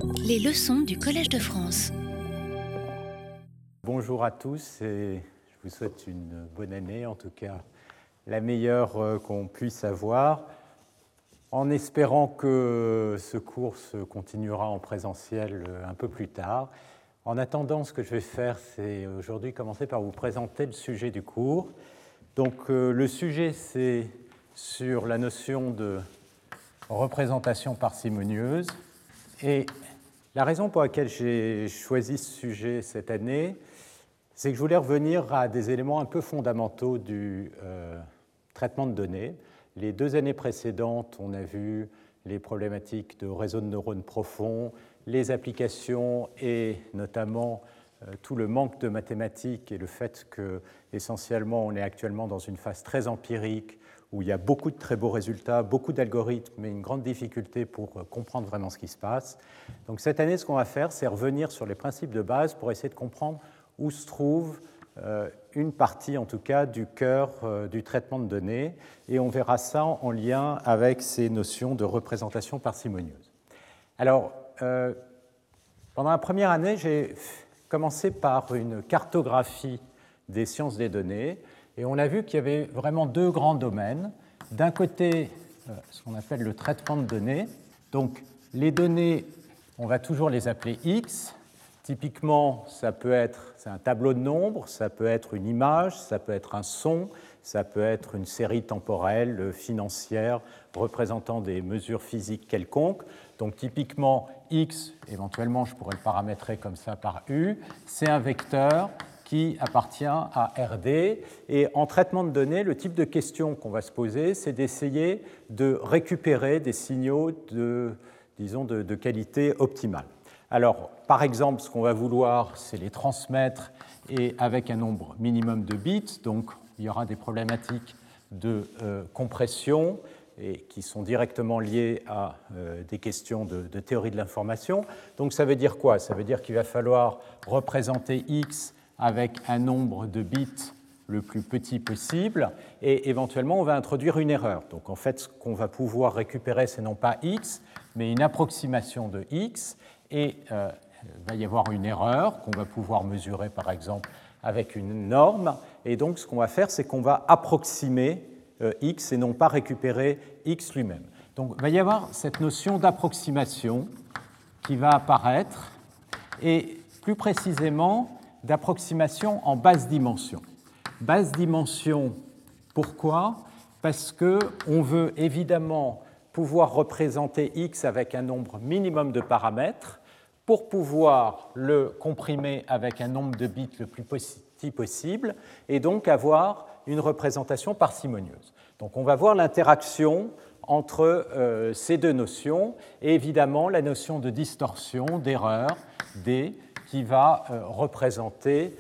Les leçons du Collège de France. Bonjour à tous et je vous souhaite une bonne année, en tout cas la meilleure qu'on puisse avoir, en espérant que ce cours se continuera en présentiel un peu plus tard. En attendant, ce que je vais faire, c'est aujourd'hui commencer par vous présenter le sujet du cours. Donc le sujet, c'est sur la notion de représentation parcimonieuse. Et la raison pour laquelle j'ai choisi ce sujet cette année, c'est que je voulais revenir à des éléments un peu fondamentaux du traitement de données. Les 2 années précédentes, on a vu les problématiques de réseaux de neurones profonds, les applications et notamment tout le manque de mathématiques et le fait que, essentiellement, on est actuellement dans une phase très empirique où il y a beaucoup de très beaux résultats, beaucoup d'algorithmes, mais une grande difficulté pour comprendre vraiment ce qui se passe. Donc cette année, ce qu'on va faire, c'est revenir sur les principes de base pour essayer de comprendre où se trouve une partie, en tout cas, du cœur du traitement de données, et on verra ça en lien avec ces notions de représentation parcimonieuse. Alors, pendant la première année, j'ai commencé par une cartographie des sciences des données, et on a vu qu'il y avait vraiment 2 grands domaines. D'un côté, ce qu'on appelle le traitement de données. Donc, les données, on va toujours les appeler X. Typiquement, ça peut être c'est un tableau de nombres, ça peut être une image, ça peut être un son, ça peut être une série temporelle, financière, représentant des mesures physiques quelconques. Donc, typiquement, X, éventuellement, je pourrais le paramétrer comme ça par U, c'est un vecteur qui appartient à RD. Et en traitement de données, le type de question qu'on va se poser, c'est d'essayer de récupérer des signaux de qualité optimale. Alors, par exemple, ce qu'on va vouloir, c'est les transmettre et avec un nombre minimum de bits. Donc, il y aura des problématiques de compression et qui sont directement liées à des questions de théorie de l'information. Donc, ça veut dire quoi? Ça veut dire qu'il va falloir représenter X avec un nombre de bits le plus petit possible, et éventuellement, on va introduire une erreur. Donc, en fait, ce qu'on va pouvoir récupérer, c'est non pas X, mais une approximation de X, et il va y avoir une erreur qu'on va pouvoir mesurer, par exemple, avec une norme. Et donc, ce qu'on va faire, c'est qu'on va approximer X et non pas récupérer X lui-même. Donc, il va y avoir cette notion d'approximation qui va apparaître, et plus précisément, d'approximation en basse dimension. Basse dimension, pourquoi? Parce qu'on veut évidemment pouvoir représenter X avec un nombre minimum de paramètres pour pouvoir le comprimer avec un nombre de bits le plus petit possible et donc avoir une représentation parcimonieuse. Donc on va voir l'interaction entre ces 2 notions et évidemment la notion de distorsion, d'erreur, D, qui va représenter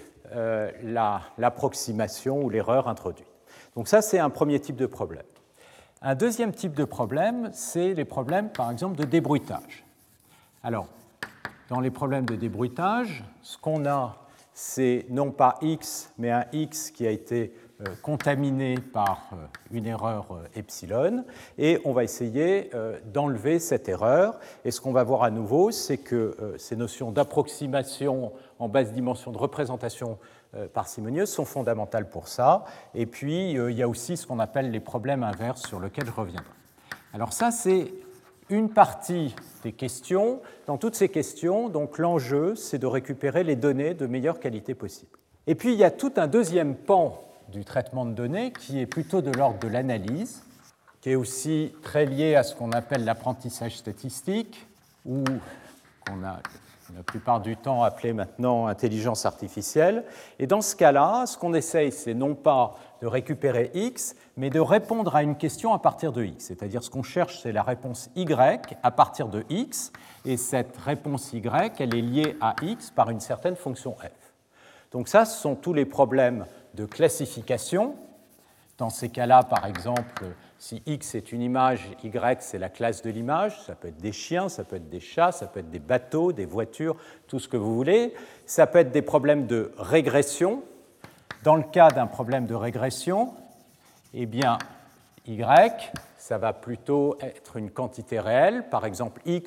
l'approximation ou l'erreur introduite. Donc ça, c'est un premier type de problème. Un deuxième type de problème, c'est les problèmes, par exemple, de débruitage. Alors, dans les problèmes de débruitage, ce qu'on a, c'est non pas X, mais un X qui a été contaminé par une erreur epsilon, et on va essayer d'enlever cette erreur. Et ce qu'on va voir à nouveau, c'est que ces notions d'approximation en basse dimension, de représentation parcimonieuse sont fondamentales pour ça. Et puis, il y a aussi ce qu'on appelle les problèmes inverses sur lesquels je reviendrai. Alors ça, c'est une partie des questions. Dans toutes ces questions, donc l'enjeu, c'est de récupérer les données de meilleure qualité possible. Et puis, il y a tout un deuxième pan du traitement de données qui est plutôt de l'ordre de l'analyse, qui est aussi très lié à ce qu'on appelle l'apprentissage statistique, ou qu'on a la plupart du temps appelé maintenant intelligence artificielle. Et dans ce cas-là, ce qu'on essaye, c'est non pas de récupérer X, mais de répondre à une question à partir de X. C'est-à-dire ce qu'on cherche, c'est la réponse Y à partir de X, et cette réponse Y, elle est liée à X par une certaine fonction f. Donc ça, ce sont tous les problèmes de classification. Dans ces cas-là, par exemple, si X est une image, Y c'est la classe de l'image, ça peut être des chiens, ça peut être des chats, ça peut être des bateaux, des voitures, tout ce que vous voulez. Ça peut être des problèmes de régression. Dans le cas d'un problème de régression, eh bien, Y, ça va plutôt être une quantité réelle. Par exemple, X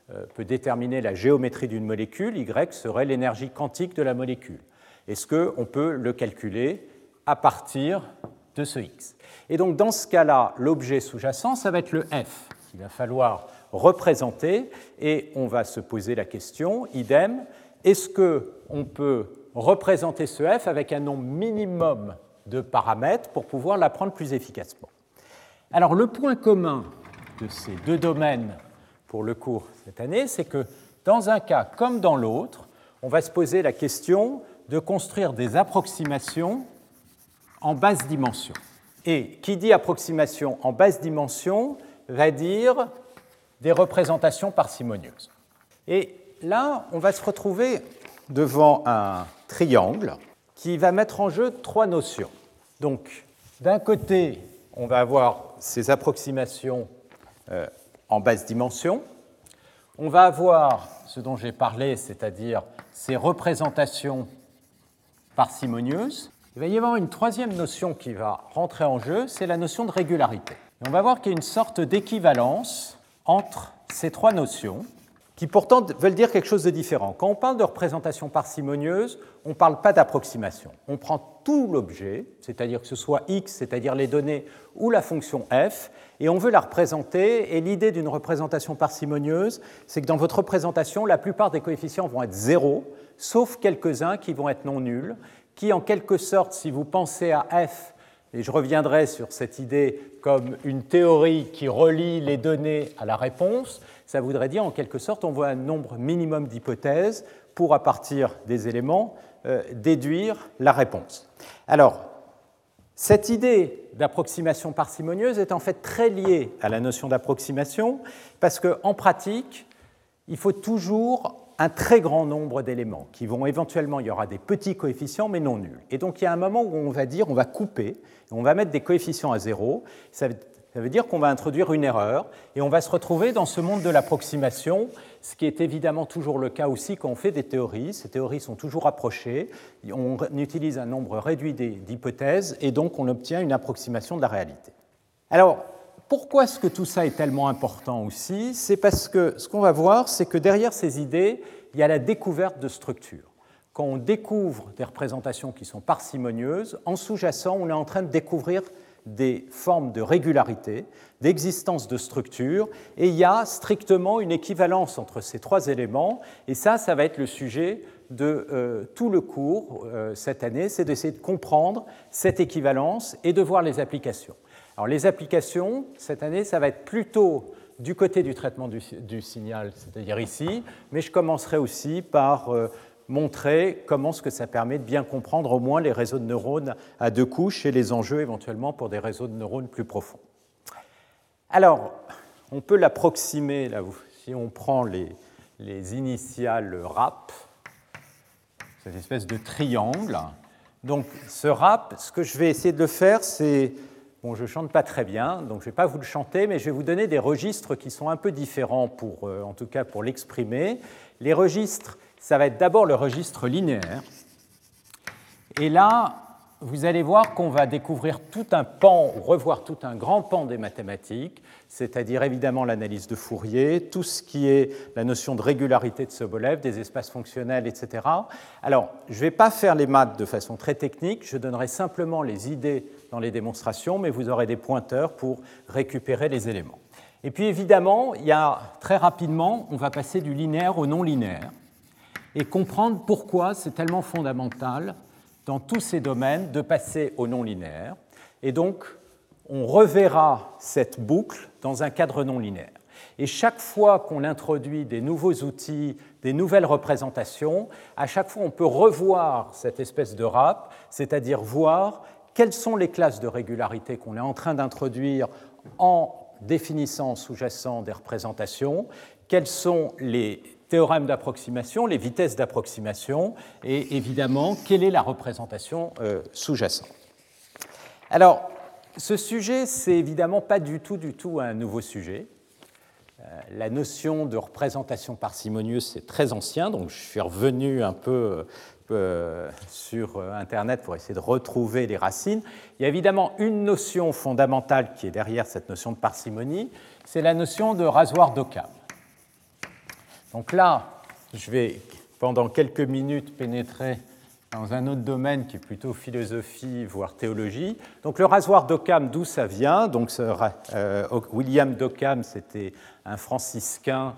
peut déterminer la géométrie d'une molécule, Y serait l'énergie quantique de la molécule. Est-ce qu'on peut le calculer à partir de ce X? Et donc dans ce cas-là, l'objet sous-jacent, ça va être le F qu'il va falloir représenter, et on va se poser la question, idem, est-ce qu'on peut représenter ce F avec un nombre minimum de paramètres pour pouvoir l'apprendre plus efficacement? Alors le point commun de ces deux domaines pour le cours cette année, c'est que dans un cas comme dans l'autre, on va se poser la question de construire des approximations en basse dimension. Et qui dit approximation en basse dimension va dire des représentations parcimonieuses. Et là, on va se retrouver devant un triangle qui va mettre en jeu trois notions. Donc, d'un côté, on va avoir ces approximations en basse dimension. On va avoir ce dont j'ai parlé, c'est-à-dire ces représentations parcimonieuses. Il va y avoir une troisième notion qui va rentrer en jeu, c'est la notion de régularité. Et on va voir qu'il y a une sorte d'équivalence entre ces trois notions, qui pourtant veulent dire quelque chose de différent. Quand on parle de représentation parcimonieuse, on ne parle pas d'approximation. On prend tout l'objet, c'est-à-dire que ce soit x, c'est-à-dire les données, ou la fonction f, et on veut la représenter. Et l'idée d'une représentation parcimonieuse, c'est que dans votre représentation, la plupart des coefficients vont être 0, sauf quelques-uns qui vont être non nuls, qui en quelque sorte, si vous pensez à f, et je reviendrai sur cette idée comme une théorie qui relie les données à la réponse, ça voudrait dire en quelque sorte on voit un nombre minimum d'hypothèses pour, à partir des éléments, déduire la réponse. Alors, cette idée d'approximation parcimonieuse est en fait très liée à la notion d'approximation parce qu'en pratique, il faut toujours un très grand nombre d'éléments qui vont éventuellement, il y aura des petits coefficients mais non nuls. Et donc il y a un moment où on va dire, on va couper, on va mettre des coefficients à 0, ça veut dire qu'on va introduire une erreur et on va se retrouver dans ce monde de l'approximation, ce qui est évidemment toujours le cas aussi quand on fait des théories. Ces théories sont toujours rapprochées, on utilise un nombre réduit d'hypothèses et donc on obtient une approximation de la réalité. Alors, pourquoi est-ce que tout ça est tellement important aussi? C'est parce que ce qu'on va voir, c'est que derrière ces idées, il y a la découverte de structures. Quand on découvre des représentations qui sont parcimonieuses, en sous-jacent, on est en train de découvrir des formes de régularité, d'existence de structures, et il y a strictement une équivalence entre ces trois éléments, et ça va être le sujet de tout le cours cette année, c'est d'essayer de comprendre cette équivalence et de voir les applications. Alors les applications, cette année, ça va être plutôt du côté du traitement du signal, c'est-à-dire ici, mais je commencerai aussi par montrer comment ce que ça permet de bien comprendre au moins les réseaux de neurones à deux couches et les enjeux éventuellement pour des réseaux de neurones plus profonds. Alors, on peut l'approximer, là, si on prend les initiales RAP, cette espèce de triangle. Donc ce RAP, ce que je vais essayer de le faire, c'est... Bon, je ne chante pas très bien, donc je ne vais pas vous le chanter, mais je vais vous donner des registres qui sont un peu différents, en tout cas pour l'exprimer. Les registres, ça va être d'abord le registre linéaire. Et là, vous allez voir qu'on va découvrir tout un pan, ou revoir tout un grand pan des mathématiques, c'est-à-dire évidemment l'analyse de Fourier, tout ce qui est la notion de régularité de Sobolev, des espaces fonctionnels, etc. Alors, je ne vais pas faire les maths de façon très technique, je donnerai simplement les idées dans les démonstrations, mais vous aurez des pointeurs pour récupérer les éléments. Et puis évidemment, il y a très rapidement, on va passer du linéaire au non linéaire et comprendre pourquoi c'est tellement fondamental dans tous ces domaines de passer au non linéaire. Et donc, on reverra cette boucle dans un cadre non linéaire. Et chaque fois qu'on introduit des nouveaux outils, des nouvelles représentations, à chaque fois on peut revoir cette espèce de RAP, c'est-à-dire voir quelles sont les classes de régularité qu'on est en train d'introduire en définissant sous-jacent des représentations, quels sont les théorèmes d'approximation, les vitesses d'approximation, et évidemment, quelle est la représentation sous-jacente. Alors, ce sujet, c'est évidemment pas du tout un nouveau sujet. La notion de représentation parcimonieuse, c'est très ancien, donc je suis revenu un peu sur Internet pour essayer de retrouver les racines. Il y a évidemment une notion fondamentale qui est derrière cette notion de parcimonie, c'est la notion de rasoir d'Occam. Donc là, je vais pendant quelques minutes pénétrer dans un autre domaine qui est plutôt philosophie, voire théologie. Donc le rasoir d'Occam, d'où ça vient? Donc, William d'Occam, c'était un franciscain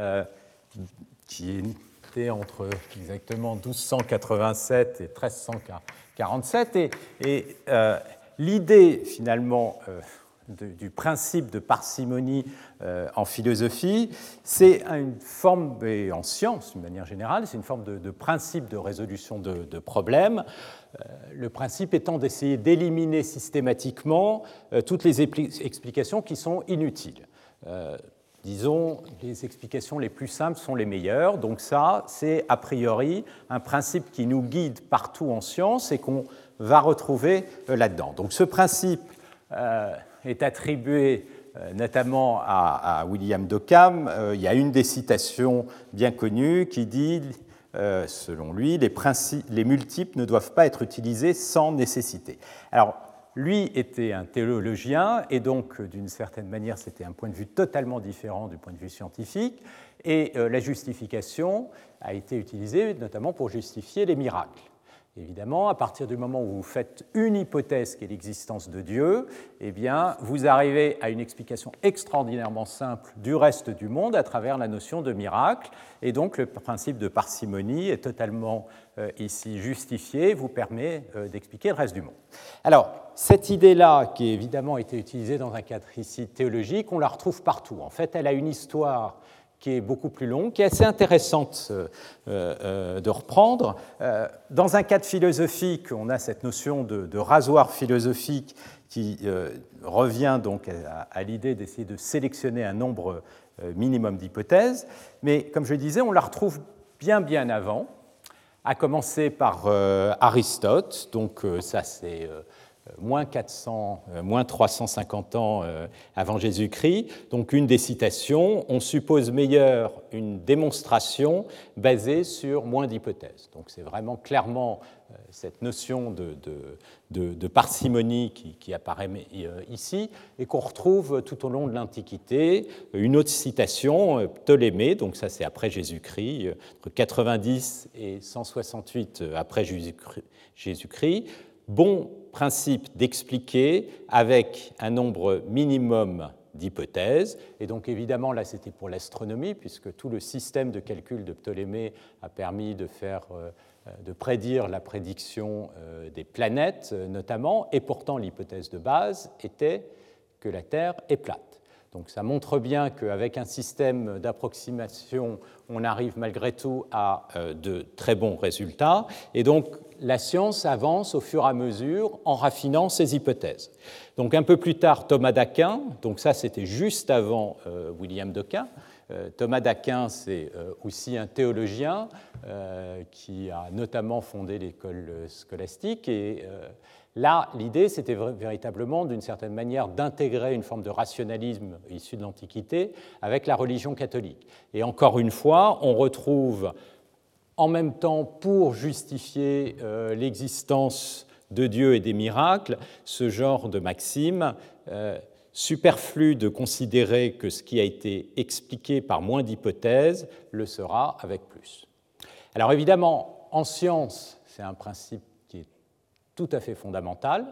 qui était entre exactement 1287 et 1347. Et l'idée, finalement, du principe de parcimonie en philosophie, c'est une forme, et en science, d'une manière générale, c'est une forme de principe de résolution de problèmes. Le principe étant d'essayer d'éliminer systématiquement toutes les explications qui sont inutiles. Disons, les explications les plus simples sont les meilleures. Donc ça, c'est a priori un principe qui nous guide partout en science et qu'on va retrouver là-dedans. Donc ce principe est attribué notamment à William d'Occam. Il y a une des citations bien connues qui dit, selon lui, les multiples ne doivent pas être utilisés sans nécessité. Alors, lui était un théologien, et donc, d'une certaine manière, c'était un point de vue totalement différent du point de vue scientifique, et la justification a été utilisée notamment pour justifier les miracles. Évidemment, à partir du moment où vous faites une hypothèse qui est l'existence de Dieu, eh bien, vous arrivez à une explication extraordinairement simple du reste du monde à travers la notion de miracle. Et donc, le principe de parcimonie est totalement ici justifié, vous permet d'expliquer le reste du monde. Alors, cette idée-là, qui a évidemment été utilisée dans un cadre ici théologique, on la retrouve partout. En fait, elle a une histoire qui est beaucoup plus longue, qui est assez intéressante de reprendre. Dans un cadre philosophique, on a cette notion de rasoir philosophique qui revient donc à l'idée d'essayer de sélectionner un nombre minimum d'hypothèses, mais comme je disais, on la retrouve bien avant, à commencer par Aristote, donc ça c'est moins 350 ans avant Jésus-Christ. Donc une des citations, on suppose meilleure une démonstration basée sur moins d'hypothèses. Donc c'est vraiment clairement cette notion de parcimonie qui apparaît ici et qu'on retrouve tout au long de l'Antiquité. Une autre citation, Ptolémée, donc ça c'est après Jésus-Christ, entre 90 et 168 après Jésus-Christ. Bon principe d'expliquer avec un nombre minimum d'hypothèses. Et donc évidemment, là, c'était pour l'astronomie, puisque tout le système de calcul de Ptolémée a permis de prédire la prédiction des planètes, notamment, et pourtant l'hypothèse de base était que la Terre est plate. Donc ça montre bien qu'avec un système d'approximation, on arrive malgré tout à de très bons résultats. Et donc la science avance au fur et à mesure en raffinant ses hypothèses. Donc un peu plus tard, Thomas d'Aquin, donc ça c'était juste avant William d'Occam. Thomas d'Aquin, c'est aussi un théologien qui a notamment fondé l'école scolastique et là, l'idée, c'était véritablement, d'une certaine manière, d'intégrer une forme de rationalisme issu de l'Antiquité avec la religion catholique. Et encore une fois, on retrouve en même temps, pour justifier l'existence de Dieu et des miracles, ce genre de maxime, superflu de considérer que ce qui a été expliqué par moins d'hypothèses le sera avec plus. Alors évidemment, en science, c'est un principe tout à fait fondamental.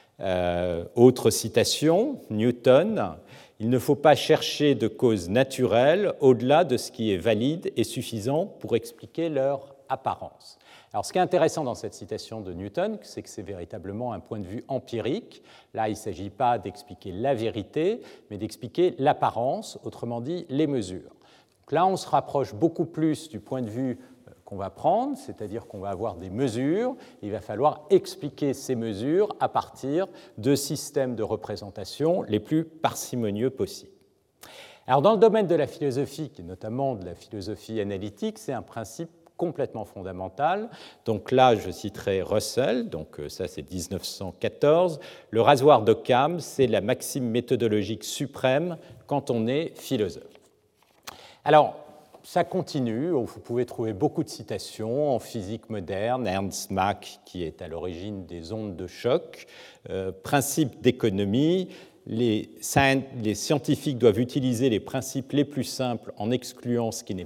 Autre citation, Newton, il ne faut pas chercher de causes naturelles au-delà de ce qui est valide et suffisant pour expliquer leur apparence. Alors, ce qui est intéressant dans cette citation de Newton, c'est que c'est véritablement un point de vue empirique. Là, il ne s'agit pas d'expliquer la vérité, mais d'expliquer l'apparence, autrement dit, les mesures. Donc là, on se rapproche beaucoup plus du point de vue qu'on va prendre, c'est-à-dire qu'on va avoir des mesures, il va falloir expliquer ces mesures à partir de systèmes de représentation les plus parcimonieux possibles. Alors dans le domaine de la philosophie, et notamment de la philosophie analytique, c'est un principe complètement fondamental. Donc là, je citerai Russell, donc ça c'est 1914. Le rasoir d'Occam, c'est la maxime méthodologique suprême quand on est philosophe. Alors, ça continue, vous pouvez trouver beaucoup de citations en physique moderne, Ernst Mach qui est à l'origine des ondes de choc, principe d'économie, les scientifiques doivent utiliser les principes les plus simples en excluant ce qui n'est pas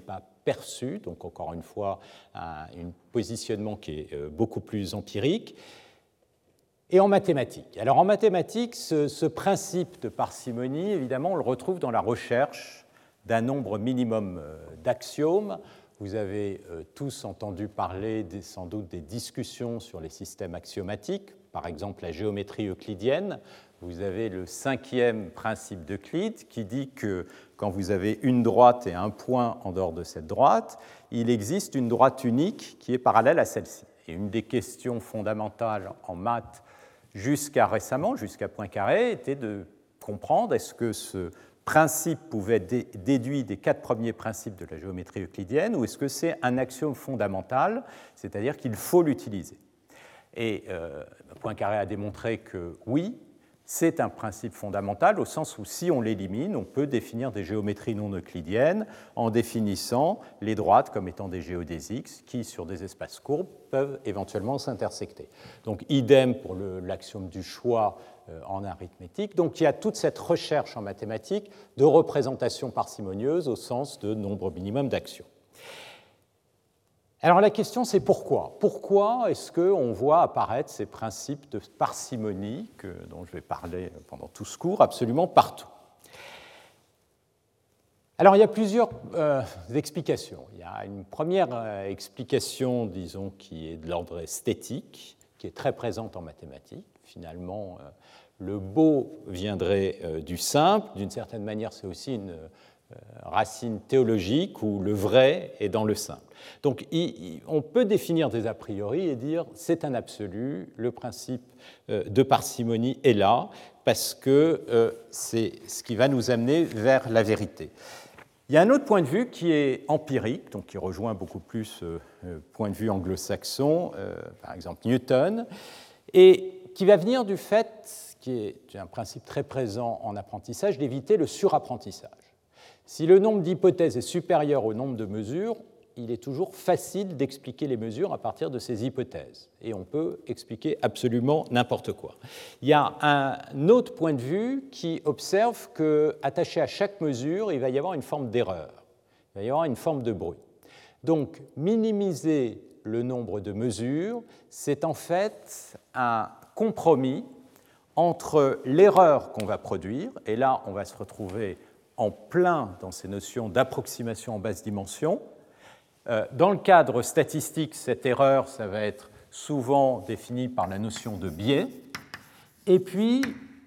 perçu, donc encore une fois un positionnement qui est beaucoup plus empirique, et en mathématiques. Alors en mathématiques, ce principe de parcimonie, évidemment, on le retrouve dans la recherche d'un nombre minimum d'axiomes. Vous avez tous entendu parler sans doute des discussions sur les systèmes axiomatiques, par exemple la géométrie euclidienne. Vous avez le 5e principe d'Euclide qui dit que quand vous avez une droite et un point en dehors de cette droite, il existe une droite unique qui est parallèle à celle-ci. Et une des questions fondamentales en maths jusqu'à récemment, jusqu'à Poincaré, était de comprendre est-ce que ce principe pouvait être déduit des 4 premiers principes de la géométrie euclidienne ou est-ce que c'est un axiome fondamental, c'est-à-dire qu'il faut l'utiliser. Et Poincaré a démontré que oui, c'est un principe fondamental au sens où si on l'élimine, on peut définir des géométries non euclidiennes en définissant les droites comme étant des géodésiques qui, sur des espaces courbes, peuvent éventuellement s'intersecter. Donc idem pour l'axiome du choix en arithmétique. Donc il y a toute cette recherche en mathématiques de représentation parcimonieuse au sens de nombre minimum d'actions. Alors la question, c'est pourquoi ? Pourquoi est-ce qu'on voit apparaître ces principes de parcimonie dont je vais parler pendant tout ce cours absolument partout ? Alors il y a plusieurs explications. Il y a une première explication, disons, qui est de l'ordre esthétique, qui est très présente en mathématiques. Finalement, le beau viendrait du simple. D'une certaine manière, c'est aussi une racine théologique où le vrai est dans le simple. Donc on peut définir des a priori et dire c'est un absolu, le principe de parcimonie est là parce que c'est ce qui va nous amener vers la vérité. Il y a un autre point de vue qui est empirique, donc qui rejoint beaucoup plus le point de vue anglo-saxon, par exemple Newton, et qui va venir du fait, qui est un principe très présent en apprentissage, d'éviter le surapprentissage. Si le nombre d'hypothèses est supérieur au nombre de mesures, il est toujours facile d'expliquer les mesures à partir de ces hypothèses. Et on peut expliquer absolument n'importe quoi. Il y a un autre point de vue qui observe qu'attaché à chaque mesure, il va y avoir une forme d'erreur. Il va y avoir une forme de bruit. Donc, minimiser le nombre de mesures, c'est en fait un compromis entre l'erreur qu'on va produire, et là, on va se retrouver en plein dans ces notions d'approximation en basse dimension. Dans le cadre statistique, cette erreur, ça va être souvent définie par la notion de biais. Et puis,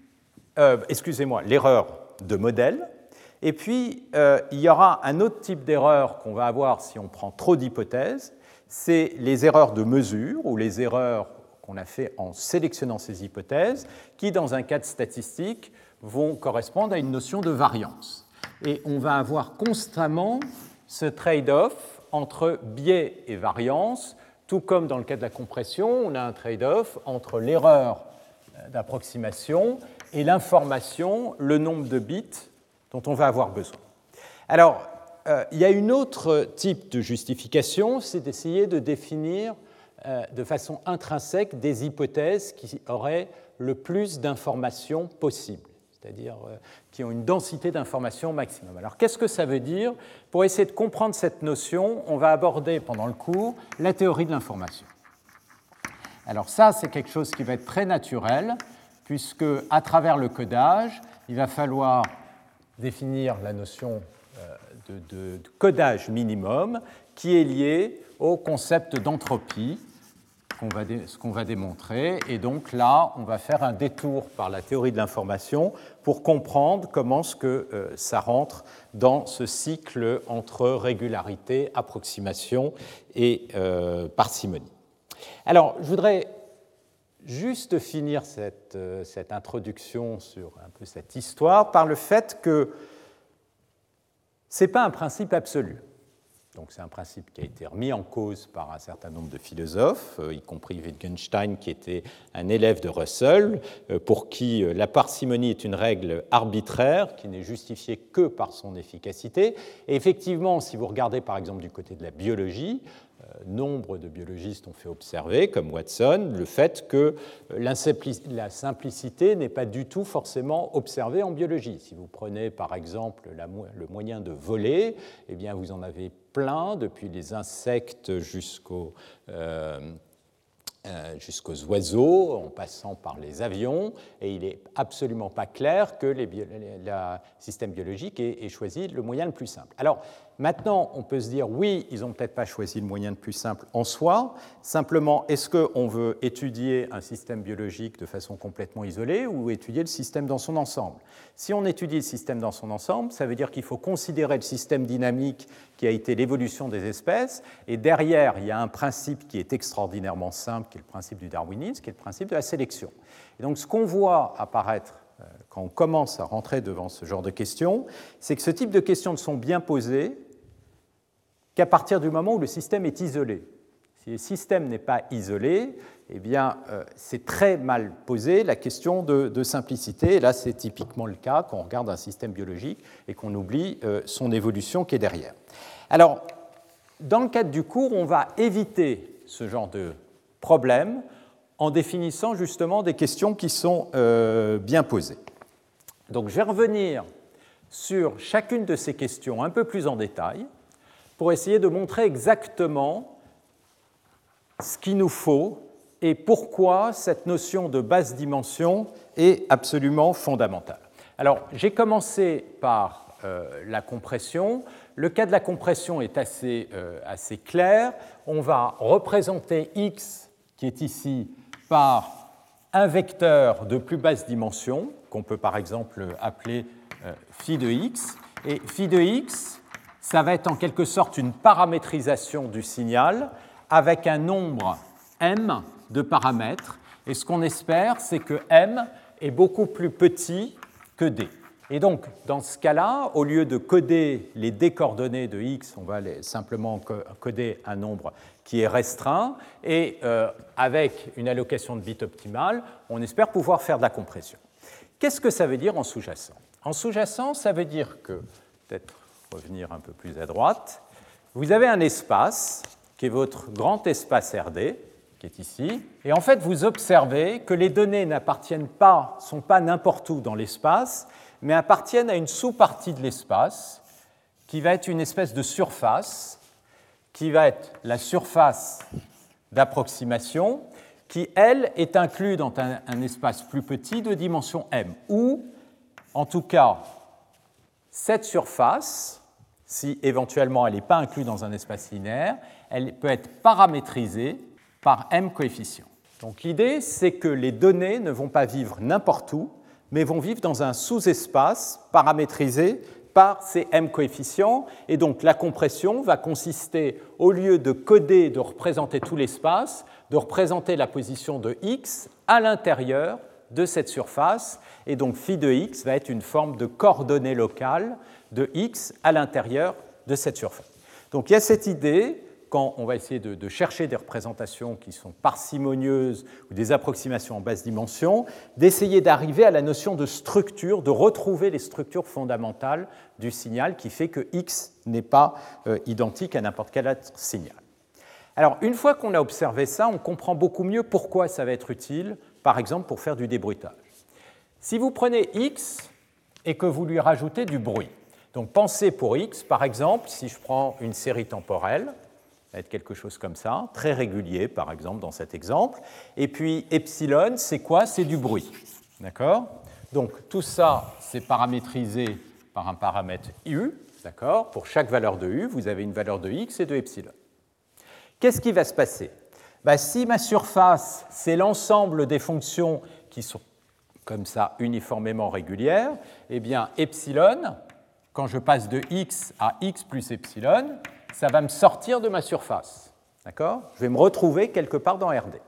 l'erreur de modèle. Et puis, il y aura un autre type d'erreur qu'on va avoir si on prend trop d'hypothèses, c'est les erreurs de mesure ou les erreurs qu'on a fait en sélectionnant ces hypothèses, qui, dans un cadre statistique, vont correspondre à une notion de variance. Et on va avoir constamment ce trade-off entre biais et variance, tout comme dans le cas de la compression, on a un trade-off entre l'erreur d'approximation et l'information, le nombre de bits dont on va avoir besoin. Alors, il y a un autre type de justification, c'est d'essayer de définir de façon intrinsèque des hypothèses qui auraient le plus d'informations possible, c'est-à-dire qui ont une densité d'informations maximum. Alors qu'est-ce que ça veut dire ? Pour essayer de comprendre cette notion, on va aborder pendant le cours la théorie de l'information. Alors ça, c'est quelque chose qui va être très naturel, puisque à travers le codage, il va falloir définir la notion de codage minimum qui est lié au concept d'entropie, ce qu'on va démontrer. Et donc là, on va faire un détour par la théorie de l'information pour comprendre comment ça rentre dans ce cycle entre régularité, approximation et parcimonie. Alors, je voudrais juste finir cette introduction sur un peu cette histoire par le fait que ce n'est pas un principe absolu. Donc c'est un principe qui a été remis en cause par un certain nombre de philosophes, y compris Wittgenstein, qui était un élève de Russell, pour qui la parcimonie est une règle arbitraire qui n'est justifiée que par son efficacité. Et effectivement, si vous regardez par exemple du côté de la biologie, nombre de biologistes ont fait observer, comme Watson, le fait que la simplicité n'est pas du tout forcément observée en biologie. Si vous prenez par exemple le moyen de voler, eh bien vous en avez plein, depuis les insectes jusqu'aux oiseaux, en passant par les avions, et il n'est absolument pas clair que le système biologique ait choisi le moyen le plus simple. Alors, maintenant, on peut se dire, oui, ils n'ont peut-être pas choisi le moyen le plus simple en soi, simplement, est-ce qu'on veut étudier un système biologique de façon complètement isolée ou étudier le système dans son ensemble? Si on étudie le système dans son ensemble, ça veut dire qu'il faut considérer le système dynamique qui a été l'évolution des espèces, et derrière, il y a un principe qui est extraordinairement simple, qui est le principe du darwinisme, qui est le principe de la sélection. Et donc, ce qu'on voit apparaître quand on commence à rentrer devant ce genre de questions, c'est que ce type de questions ne sont bien posées qu'à partir du moment où le système est isolé. Si le système n'est pas isolé, eh bien, c'est très mal posé la question de simplicité. Et là, c'est typiquement le cas quand on regarde un système biologique et qu'on oublie son évolution qui est derrière. Alors, dans le cadre du cours, on va éviter ce genre de problème en définissant justement des questions qui sont bien posées. Donc, je vais revenir sur chacune de ces questions un peu plus en détail pour essayer de montrer exactement ce qu'il nous faut et pourquoi cette notion de basse dimension est absolument fondamentale. Alors, j'ai commencé par la compression. Le cas de la compression est assez clair. On va représenter x, qui est ici, par un vecteur de plus basse dimension, qu'on peut par exemple appeler phi de x. Et phi de x, ça va être en quelque sorte une paramétrisation du signal avec un nombre m de paramètres. Et ce qu'on espère, c'est que m est beaucoup plus petit que d. Et donc, dans ce cas-là, au lieu de coder les d-coordonnées de x, on va simplement coder un nombre qui est restreint, et avec une allocation de bits optimale, on espère pouvoir faire de la compression. Qu'est-ce que ça veut dire en sous-jacent? En sous-jacent, ça veut dire que, peut-être revenir un peu plus à droite, vous avez un espace qui est votre grand espace RD, qui est ici, et en fait, vous observez que les données n'appartiennent pas, ne sont pas n'importe où dans l'espace, mais appartiennent à une sous-partie de l'espace qui va être une espèce de surface, qui va être la surface d'approximation, qui, elle, est inclue dans un espace plus petit de dimension m, où, en tout cas, cette surface, si éventuellement elle n'est pas inclue dans un espace linéaire, elle peut être paramétrisée par m coefficients. Donc l'idée, c'est que les données ne vont pas vivre n'importe où, mais vont vivre dans un sous-espace paramétrisé par ces m coefficients. Et donc la compression va consister, au lieu de coder, de représenter tout l'espace, de représenter la position de x à l'intérieur de cette surface. Et donc phi de x va être une forme de coordonnée locale de x à l'intérieur de cette surface. Donc il y a cette idée, quand on va essayer de chercher des représentations qui sont parcimonieuses ou des approximations en basse dimension, d'essayer d'arriver à la notion de structure, de retrouver les structures fondamentales du signal qui fait que x n'est pas identique à n'importe quel autre signal. Alors, une fois qu'on a observé ça, on comprend beaucoup mieux pourquoi ça va être utile, par exemple, pour faire du débruitage. Si vous prenez x et que vous lui rajoutez du bruit, donc pensez pour x, par exemple, si je prends une série temporelle, ça va être quelque chose comme ça, très régulier, par exemple, dans cet exemple. Et puis, epsilon, c'est quoi? C'est du bruit. D'accord? Donc, tout ça, c'est paramétrisé par un paramètre u. D'accord? Pour chaque valeur de u, vous avez une valeur de x et de epsilon. Qu'est-ce qui va se passer? Si ma surface, c'est l'ensemble des fonctions qui sont comme ça uniformément régulières, eh bien, epsilon, quand je passe de x à x plus epsilon, ça va me sortir de ma surface. D'accord? Je vais me retrouver quelque part dans RD.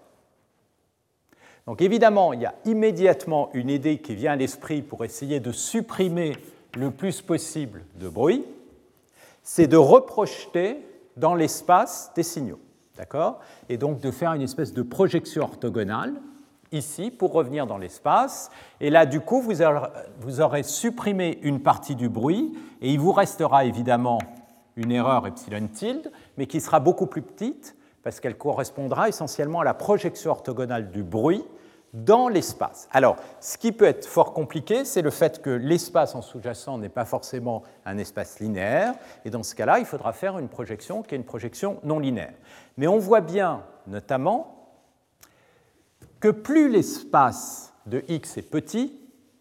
Donc évidemment, il y a immédiatement une idée qui vient à l'esprit pour essayer de supprimer le plus possible de bruit, c'est de reprojeter dans l'espace des signaux. D'accord? Et donc de faire une espèce de projection orthogonale ici pour revenir dans l'espace. Et là, du coup, vous aurez supprimé une partie du bruit et il vous restera évidemment une erreur epsilon tilde, mais qui sera beaucoup plus petite parce qu'elle correspondra essentiellement à la projection orthogonale du bruit dans l'espace. Alors, ce qui peut être fort compliqué, c'est le fait que l'espace en sous-jacent n'est pas forcément un espace linéaire, et dans ce cas-là, il faudra faire une projection qui est une projection non linéaire. Mais on voit bien, notamment, que plus l'espace de X est petit,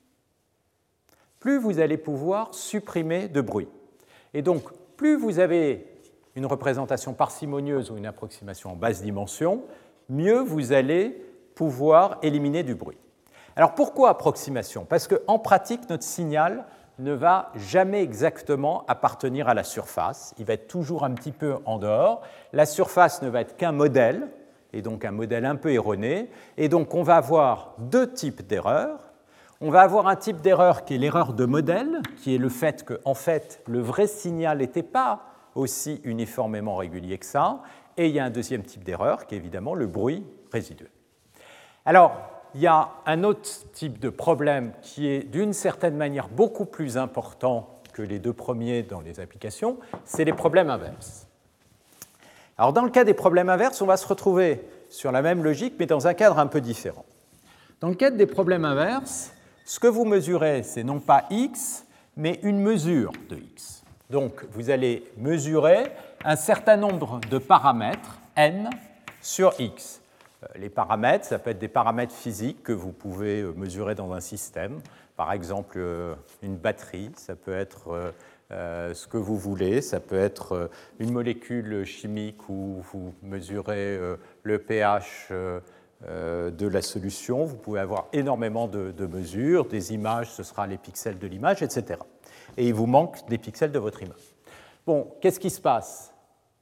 plus vous allez pouvoir supprimer de bruit. Et donc, plus vous avez une représentation parcimonieuse ou une approximation en basse dimension, mieux vous allez pouvoir éliminer du bruit. Alors pourquoi approximation? Parce qu'en pratique, notre signal ne va jamais exactement appartenir à la surface. Il va être toujours un petit peu en dehors. La surface ne va être qu'un modèle, et donc un modèle un peu erroné. Et donc on va avoir deux types d'erreurs. On va avoir un type d'erreur qui est l'erreur de modèle, qui est le fait que, en fait, le vrai signal n'était pas aussi uniformément régulier que ça. Et il y a un deuxième type d'erreur, qui est évidemment le bruit résiduel. Alors, il y a un autre type de problème qui est d'une certaine manière beaucoup plus important que les deux premiers dans les applications, c'est les problèmes inverses. Alors, dans le cas des problèmes inverses, on va se retrouver sur la même logique, mais dans un cadre un peu différent. Dans le cadre des problèmes inverses, ce que vous mesurez, c'est non pas x, mais une mesure de x. Donc, vous allez mesurer un certain nombre de paramètres, n, sur x. Les paramètres, ça peut être des paramètres physiques que vous pouvez mesurer dans un système. Par exemple, une batterie, ça peut être ce que vous voulez. Ça peut être une molécule chimique où vous mesurez le pH de la solution. Vous pouvez avoir énormément de mesures. Des images, ce sera les pixels de l'image, etc. Et il vous manque des pixels de votre image. Bon, qu'est-ce qui se passe?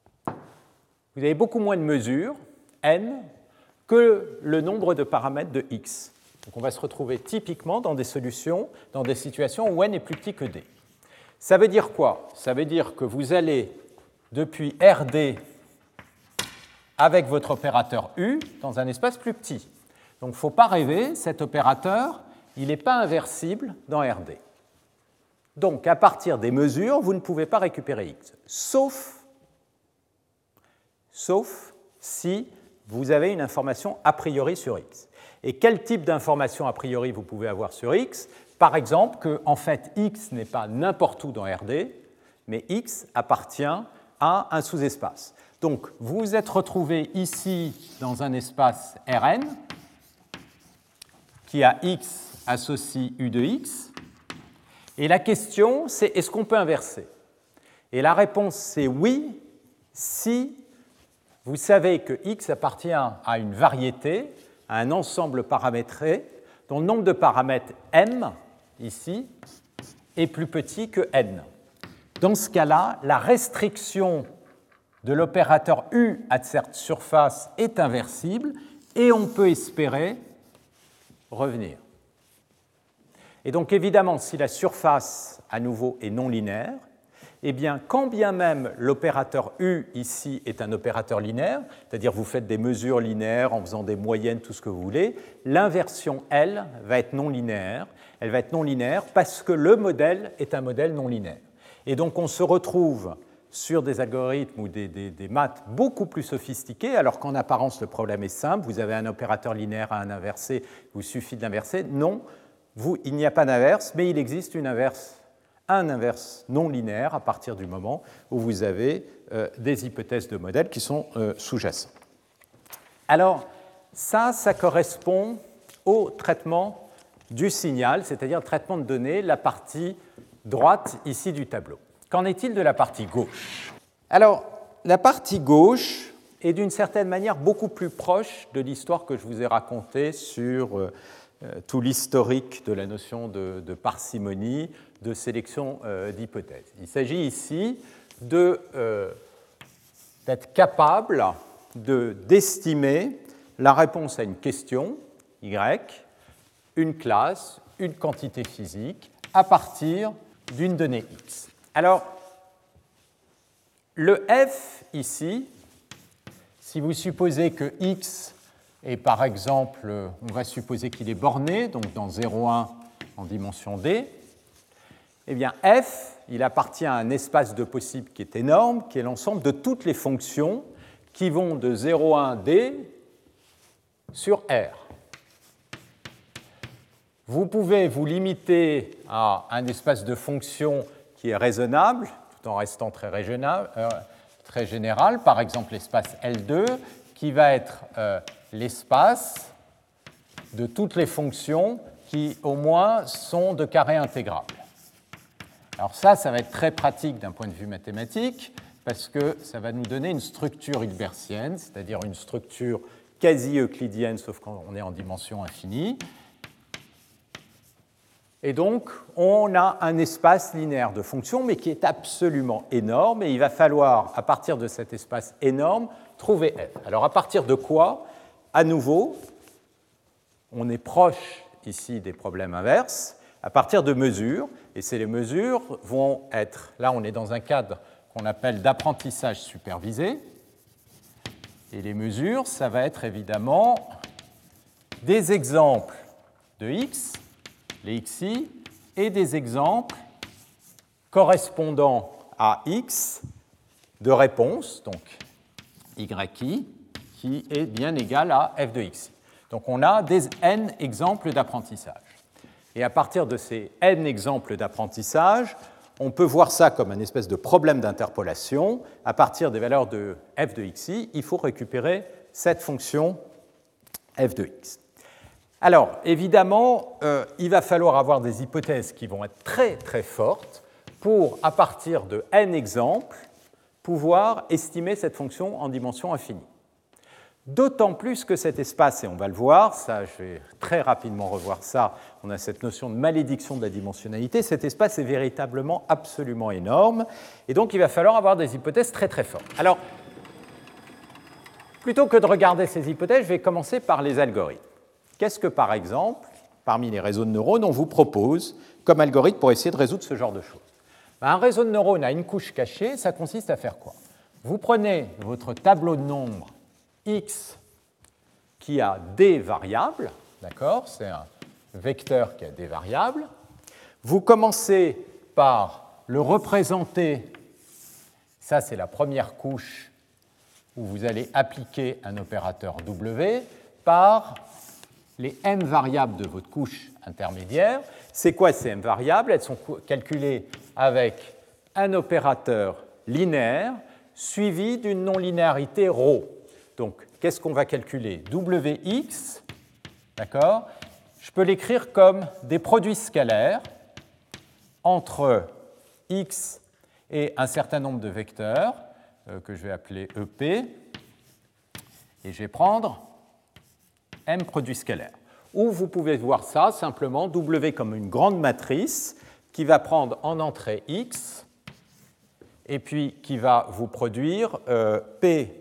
Vous avez beaucoup moins de mesures, n, que le nombre de paramètres de x. Donc on va se retrouver typiquement dans des solutions, dans des situations où n est plus petit que d. Ça veut dire quoi? Ça veut dire que vous allez, depuis RD, avec votre opérateur U, dans un espace plus petit. Donc il ne faut pas rêver, cet opérateur, il n'est pas inversible dans RD. Donc à partir des mesures, vous ne pouvez pas récupérer x, sauf si vous avez une information a priori sur x. Et quel type d'information a priori vous pouvez avoir sur x? Par exemple, que en fait, x n'est pas n'importe où dans RD, mais x appartient à un sous-espace. Donc, vous vous êtes retrouvé ici dans un espace Rn qui a x associe u de x. Et la question, c'est est-ce qu'on peut inverser? Et la réponse, c'est oui, si vous savez que x appartient à une variété, à un ensemble paramétré, dont le nombre de paramètres m, ici, est plus petit que n. Dans ce cas-là, la restriction de l'opérateur u à cette surface est inversible et on peut espérer revenir. Et donc évidemment, si la surface, à nouveau, est non linéaire, eh bien, quand bien même l'opérateur U ici est un opérateur linéaire, c'est-à-dire vous faites des mesures linéaires en faisant des moyennes, tout ce que vous voulez, l'inversion L va être non linéaire. Elle va être non linéaire parce que le modèle est un modèle non linéaire. Et donc on se retrouve sur des algorithmes ou des maths beaucoup plus sophistiqués, alors qu'en apparence le problème est simple, vous avez un opérateur linéaire à un inversé, il vous suffit de l'inverser. Non, il n'y a pas d'inverse, mais il existe un inverse non linéaire à partir du moment où vous avez des hypothèses de modèles qui sont sous-jacents. Alors, ça correspond au traitement du signal, c'est-à-dire le traitement de données, la partie droite ici du tableau. Qu'en est-il de la partie gauche? Alors, la partie gauche est d'une certaine manière beaucoup plus proche de l'histoire que je vous ai racontée sur tout l'historique de la notion de parcimonie, de sélection d'hypothèses. Il s'agit ici d'être capable d'estimer la réponse à une question, Y, une classe, une quantité physique, à partir d'une donnée X. Alors, le F ici, si vous supposez que X est par exemple, on va supposer qu'il est borné, donc dans 0,1 en dimension D, eh bien F, il appartient à un espace de possibles qui est énorme, qui est l'ensemble de toutes les fonctions qui vont de 0,1 D sur R. vous pouvez vous limiter à un espace de fonction qui est raisonnable, tout en restant très général, par exemple l'espace L2, qui va être l'espace de toutes les fonctions qui, au moins, sont de carré intégrable. Alors ça va être très pratique d'un point de vue mathématique, parce que ça va nous donner une structure hilbertienne, c'est-à-dire une structure quasi-euclidienne, sauf quand on est en dimension infinie. Et donc, on a un espace linéaire de fonctions, mais qui est absolument énorme, et il va falloir, à partir de cet espace énorme, trouver f. Alors, à partir de quoi? À nouveau, on est proche ici des problèmes inverses, à partir de mesures, et ces mesures vont être, là on est dans un cadre qu'on appelle d'apprentissage supervisé, et les mesures, ça va être évidemment des exemples de x, les xi, et des exemples correspondant à x de réponse, donc yi, qui est bien égal à f de xi. Donc on a des n exemples d'apprentissage. Et à partir de ces n exemples d'apprentissage, on peut voir ça comme un espèce de problème d'interpolation. À partir des valeurs de f de xi, il faut récupérer cette fonction f de x. Alors, évidemment, il va falloir avoir des hypothèses qui vont être très très fortes pour, à partir de n exemples, pouvoir estimer cette fonction en dimension infinie. D'autant plus que cet espace, et on va le voir, ça, je vais très rapidement revoir ça, on a cette notion de malédiction de la dimensionnalité, cet espace est véritablement absolument énorme, et donc il va falloir avoir des hypothèses très très fortes. Alors, plutôt que de regarder ces hypothèses, je vais commencer par les algorithmes. Qu'est-ce que, par exemple, parmi les réseaux de neurones, on vous propose comme algorithme pour essayer de résoudre ce genre de choses? Un réseau de neurones a une couche cachée, ça consiste à faire quoi? Vous prenez votre tableau de nombres x qui a des variables, d'accord? C'est un vecteur qui a des variables. Vous commencez par le représenter, ça c'est la première couche où vous allez appliquer un opérateur W, par les m variables de votre couche intermédiaire. C'est quoi ces m variables? Elles sont calculées avec un opérateur linéaire suivi d'une non-linéarité ρ. Donc, qu'est-ce qu'on va calculer? Wx, d'accord? Je peux l'écrire comme des produits scalaires entre x et un certain nombre de vecteurs que je vais appeler EP, et je vais prendre m produits scalaires. Ou vous pouvez voir ça simplement, W comme une grande matrice qui va prendre en entrée x et puis qui va vous produire P.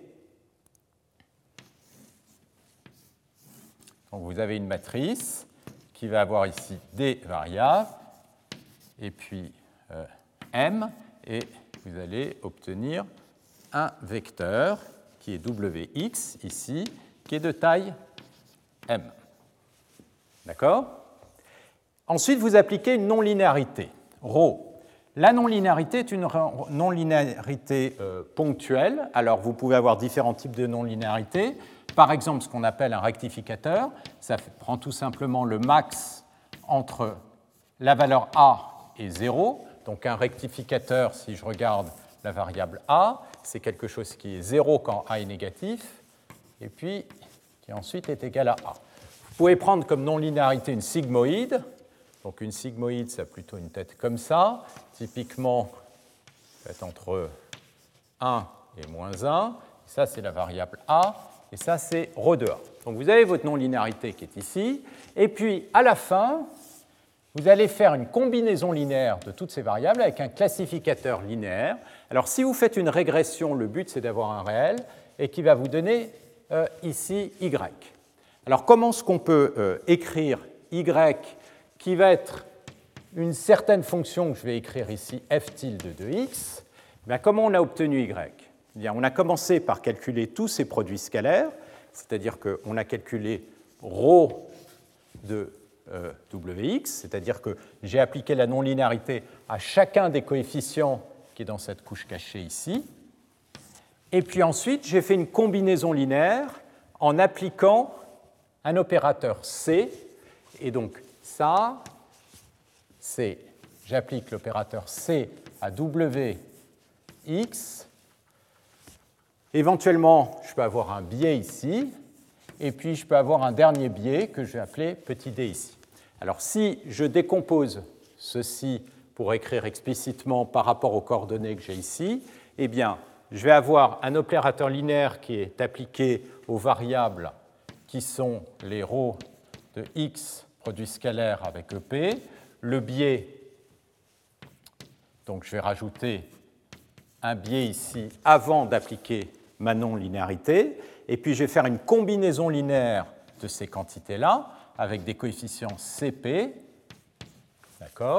Donc vous avez une matrice qui va avoir ici des variables et puis m, et vous allez obtenir un vecteur qui est Wx ici, qui est de taille m. D'accord? Ensuite, vous appliquez une non-linéarité, ρ. La non-linéarité est une non-linéarité ponctuelle. Alors, vous pouvez avoir différents types de non-linéarité. Par exemple, ce qu'on appelle un rectificateur, ça prend tout simplement le max entre la valeur a et 0. Donc, un rectificateur, si je regarde la variable a, c'est quelque chose qui est 0 quand a est négatif, et puis qui ensuite est égal à a. Vous pouvez prendre comme non-linéarité une sigmoïde. Donc une sigmoïde, ça a plutôt une tête comme ça. Typiquement, c'est entre 1 et moins 1. Ça, c'est la variable a. Et ça, c'est ρ de a. Donc vous avez votre non-linéarité qui est ici. Et puis, à la fin, vous allez faire une combinaison linéaire de toutes ces variables avec un classificateur linéaire. Alors, si vous faites une régression, le but, c'est d'avoir un réel et qui va vous donner ici y. Alors, comment est-ce qu'on peut écrire y qui va être une certaine fonction que je vais écrire ici, f tilde de x? Bien, comment on a obtenu y? Bien, on a commencé par calculer tous ces produits scalaires, c'est-à-dire qu'on a calculé ρ de Wx, c'est-à-dire que j'ai appliqué la non-linéarité à chacun des coefficients qui est dans cette couche cachée ici. Et puis ensuite, j'ai fait une combinaison linéaire en appliquant un opérateur C. Et donc, ça, c'est, j'applique l'opérateur C à W, X. Éventuellement, je peux avoir un biais ici, et puis je peux avoir un dernier biais que je vais appeler petit d ici. Alors si je décompose ceci pour écrire explicitement par rapport aux coordonnées que j'ai ici, eh bien, je vais avoir un opérateur linéaire qui est appliqué aux variables qui sont les ρ de x produit scalaire avec EP. Le biais, donc je vais rajouter un biais ici avant d'appliquer ma non-linéarité, et puis je vais faire une combinaison linéaire de ces quantités-là avec des coefficients Cp. D'accord ?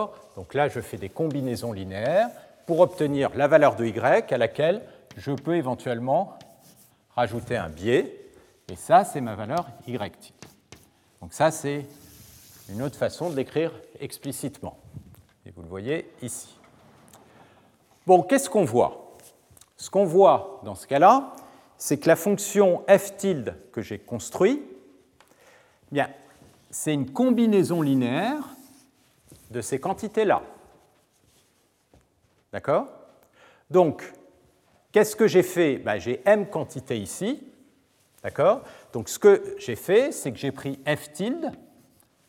Donc là, je fais des combinaisons linéaires pour obtenir la valeur de y à laquelle je peux éventuellement rajouter un biais, et ça, c'est ma valeur y tilde. Donc ça, c'est une autre façon de l'écrire explicitement. Et vous le voyez ici. Bon, qu'est-ce qu'on voit ? Ce qu'on voit dans ce cas-là, c'est que la fonction f tilde que j'ai construite, bien, c'est une combinaison linéaire de ces quantités-là. D'accord ? Donc, qu'est-ce que j'ai fait ? Ben, j'ai m quantités ici. D'accord ? Donc, ce que j'ai fait, c'est que j'ai pris f tilde. D'accord ?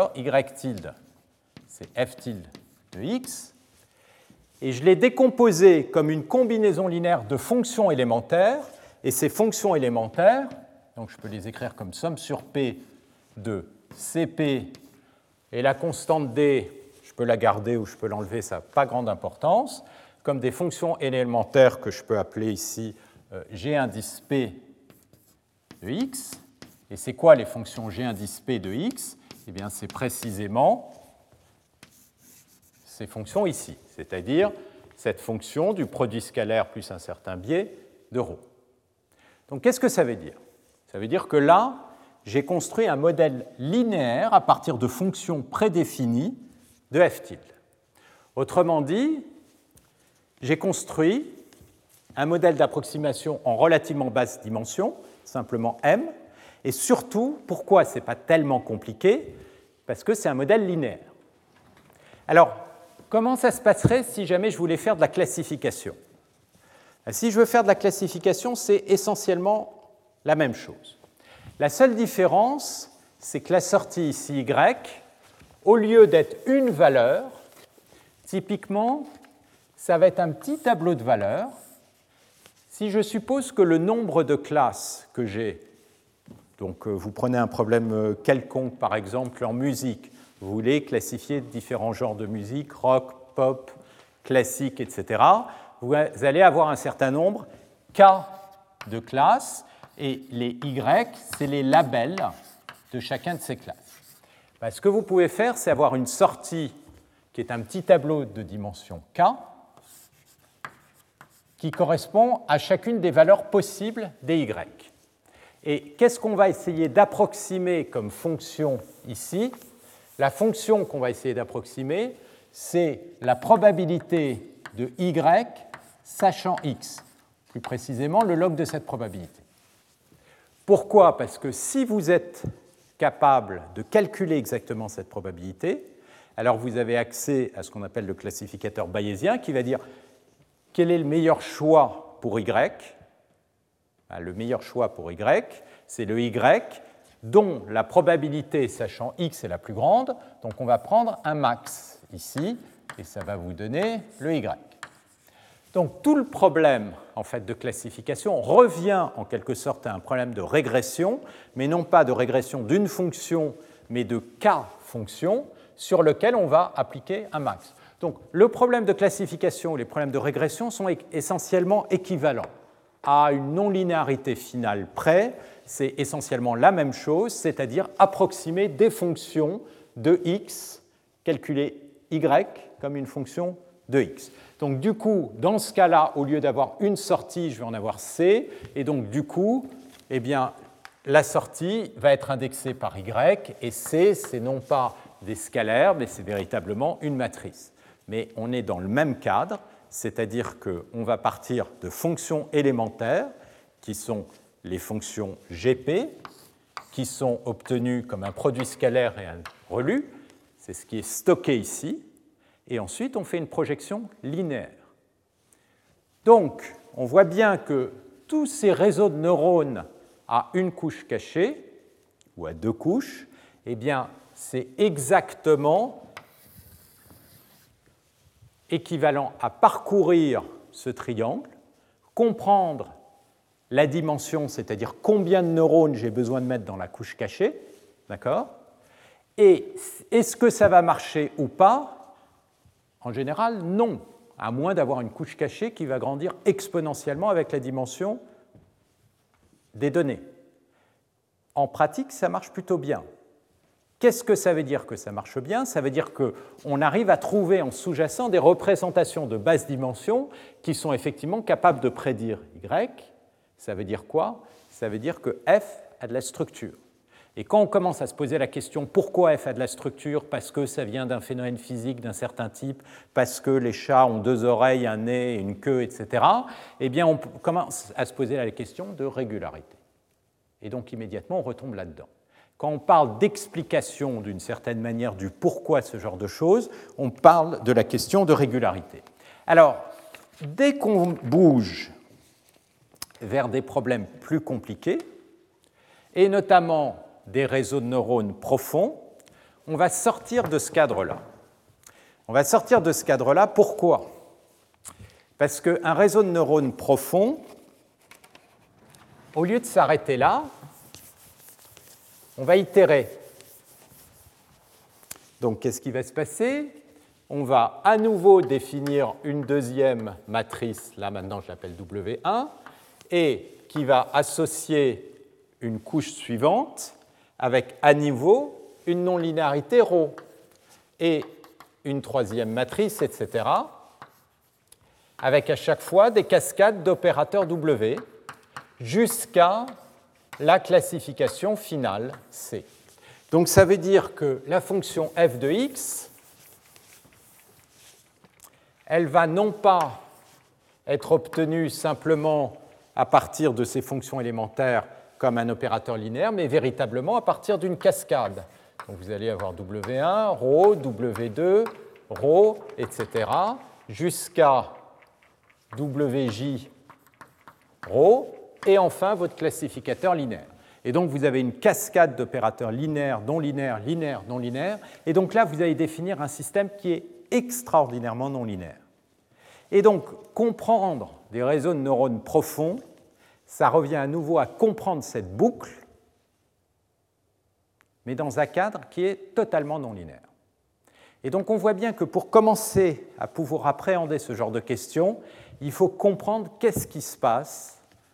Y tilde, c'est f tilde de x. Et je l'ai décomposé comme une combinaison linéaire de fonctions élémentaires. Et ces fonctions élémentaires, donc je peux les écrire comme somme sur P de Cp, et la constante D, je peux la garder ou je peux l'enlever, ça n'a pas grande importance, comme des fonctions élémentaires que je peux appeler ici G indice P de x. Et c'est quoi les fonctions G indice P de x ? Eh bien, c'est précisément ces fonctions ici, c'est-à-dire cette fonction du produit scalaire plus un certain biais de ρ. Donc, qu'est-ce que ça veut dire ? Ça veut dire que là, j'ai construit un modèle linéaire à partir de fonctions prédéfinies de f tilde. Autrement dit, j'ai construit un modèle d'approximation en relativement basse dimension, simplement m, et surtout, pourquoi ce n'est pas tellement compliqué ? Parce que c'est un modèle linéaire. Alors, comment ça se passerait si jamais je voulais faire de la classification ? Si je veux faire de la classification, c'est essentiellement la même chose. La seule différence, c'est que la sortie ici y, au lieu d'être une valeur, typiquement, ça va être un petit tableau de valeurs. Si je suppose que le nombre de classes que j'ai, donc vous prenez un problème quelconque, par exemple en musique, vous voulez classifier différents genres de musique, rock, pop, classique, etc., vous allez avoir un certain nombre K de classes, et les Y, c'est les labels de chacun de ces classes. Ben, ce que vous pouvez faire, c'est avoir une sortie qui est un petit tableau de dimension K, qui correspond à chacune des valeurs possibles des Y. Et qu'est-ce qu'on va essayer d'approximer comme fonction ici ? La fonction qu'on va essayer d'approximer, c'est la probabilité de Y sachant X, plus précisément le log de cette probabilité. Pourquoi ? Parce que si vous êtes capable de calculer exactement cette probabilité, alors vous avez accès à ce qu'on appelle le classificateur bayésien qui va dire quel est le meilleur choix pour Y. Le meilleur choix pour Y, c'est le Y dont la probabilité sachant X est la plus grande, donc on va prendre un max ici, et ça va vous donner le Y. Donc tout le problème en fait, de classification revient en quelque sorte à un problème de régression, mais non pas de régression d'une fonction, mais de K fonctions sur lequel on va appliquer un max. Donc le problème de classification ou les problèmes de régression sont essentiellement équivalents. À une non-linéarité finale près, c'est essentiellement la même chose, c'est-à-dire approximer des fonctions de x, calculer y comme une fonction de x. Donc du coup, dans ce cas-là, au lieu d'avoir une sortie, je vais en avoir c, et donc du coup, eh bien, la sortie va être indexée par y, et c, c'est non pas des scalaires, mais c'est véritablement une matrice. Mais on est dans le même cadre, c'est-à-dire qu'on va partir de fonctions élémentaires, qui sont les fonctions GP, qui sont obtenues comme un produit scalaire et un relue, c'est ce qui est stocké ici, et ensuite on fait une projection linéaire. Donc, on voit bien que tous ces réseaux de neurones à une couche cachée, ou à deux couches, eh bien, c'est exactement équivalent à parcourir ce triangle, comprendre la dimension, c'est-à-dire combien de neurones j'ai besoin de mettre dans la couche cachée, d'accord? Et est-ce que ça va marcher ou pas? En général, non, à moins d'avoir une couche cachée qui va grandir exponentiellement avec la dimension des données. En pratique, ça marche plutôt bien. Qu'est-ce que ça veut dire que ça marche bien? Ça veut dire qu'on arrive à trouver en sous-jacent des représentations de basse dimension qui sont effectivement capables de prédire Y. Ça veut dire quoi? Ça veut dire que F a de la structure. Et quand on commence à se poser la question pourquoi F a de la structure, parce que ça vient d'un phénomène physique d'un certain type, parce que les chats ont deux oreilles, un nez, une queue, etc., eh bien on commence à se poser la question de régularité. Et donc immédiatement on retombe là-dedans. Quand on parle d'explication d'une certaine manière du pourquoi ce genre de choses, on parle de la question de régularité. Alors, dès qu'on bouge vers des problèmes plus compliqués, et notamment des réseaux de neurones profonds, on va sortir de ce cadre-là. On va sortir de ce cadre-là, pourquoi? Parce qu'un réseau de neurones profond, au lieu de s'arrêter là, on va itérer. Donc, qu'est-ce qui va se passer? On va à nouveau définir une deuxième matrice, là maintenant je l'appelle W1, et qui va associer une couche suivante avec à nouveau une non-linéarité ρ, et une troisième matrice, etc., avec à chaque fois des cascades d'opérateurs W, jusqu'à la classification finale C. Donc ça veut dire que la fonction f de x, elle va non pas être obtenue simplement à partir de ces fonctions élémentaires comme un opérateur linéaire, mais véritablement à partir d'une cascade. Donc vous allez avoir W1, ρ, W2, ρ, etc., jusqu'à WJ, ρ, et enfin votre classificateur linéaire. Et donc vous avez une cascade d'opérateurs linéaires, non linéaires, linéaires, non linéaires, et donc là vous allez définir un système qui est extraordinairement non linéaire. Et donc comprendre des réseaux de neurones profonds, ça revient à nouveau à comprendre cette boucle, mais dans un cadre qui est totalement non linéaire. Et donc on voit bien que pour commencer à pouvoir appréhender ce genre de questions, il faut comprendre qu'est-ce qui se passe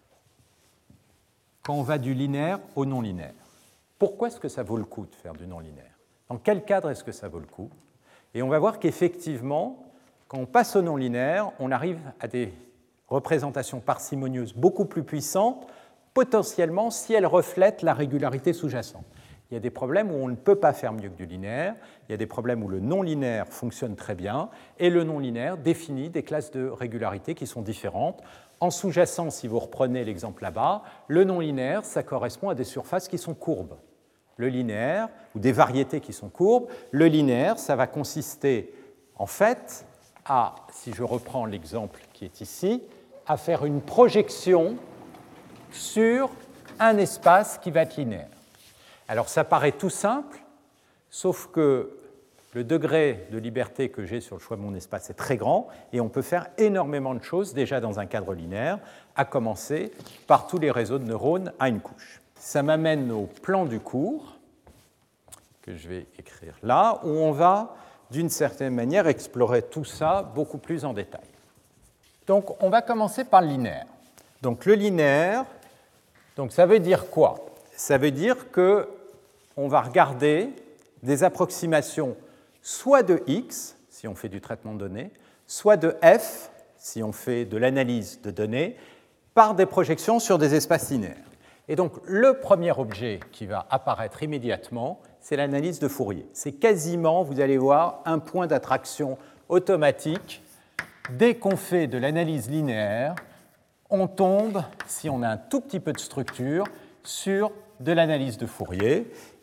quand on va du linéaire au non linéaire. Pourquoi est-ce que ça vaut le coup de faire du non linéaire? Dans quel cadre est-ce que ça vaut le coup? Et on va voir qu'effectivement, quand on passe au non linéaire, on arrive à des représentations parcimonieuses beaucoup plus puissantes, potentiellement si elles reflètent la régularité sous-jacente. Il y a des problèmes où on ne peut pas faire mieux que du linéaire, il y a des problèmes où le non linéaire fonctionne très bien, et le non linéaire définit des classes de régularité qui sont différentes. En sous-jacent, si vous reprenez l'exemple là-bas, le non linéaire, ça correspond à des surfaces qui sont courbes. Le linéaire, ou des variétés qui sont courbes, le linéaire, ça va consister en fait à, si je reprends l'exemple qui est ici, à faire une projection sur un espace qui va être linéaire. Alors ça paraît tout simple, sauf que le degré de liberté que j'ai sur le choix de mon espace est très grand et on peut faire énormément de choses déjà dans un cadre linéaire, à commencer par tous les réseaux de neurones à une couche. Ça m'amène au plan du cours, que je vais écrire là, où on va d'une certaine manière explorer tout ça beaucoup plus en détail. Donc on va commencer par le linéaire. Donc le linéaire, donc ça veut dire quoi? Ça veut dire qu'on va regarder des approximations soit de x, si on fait du traitement de données, soit de f, si on fait de l'analyse de données, par des projections sur des espaces linéaires. Et donc, le premier objet qui va apparaître immédiatement, c'est l'analyse de Fourier. C'est quasiment, vous allez voir, un point d'attraction automatique. Dès qu'on fait de l'analyse linéaire, on tombe, si on a un tout petit peu de structure, sur de l'analyse de Fourier.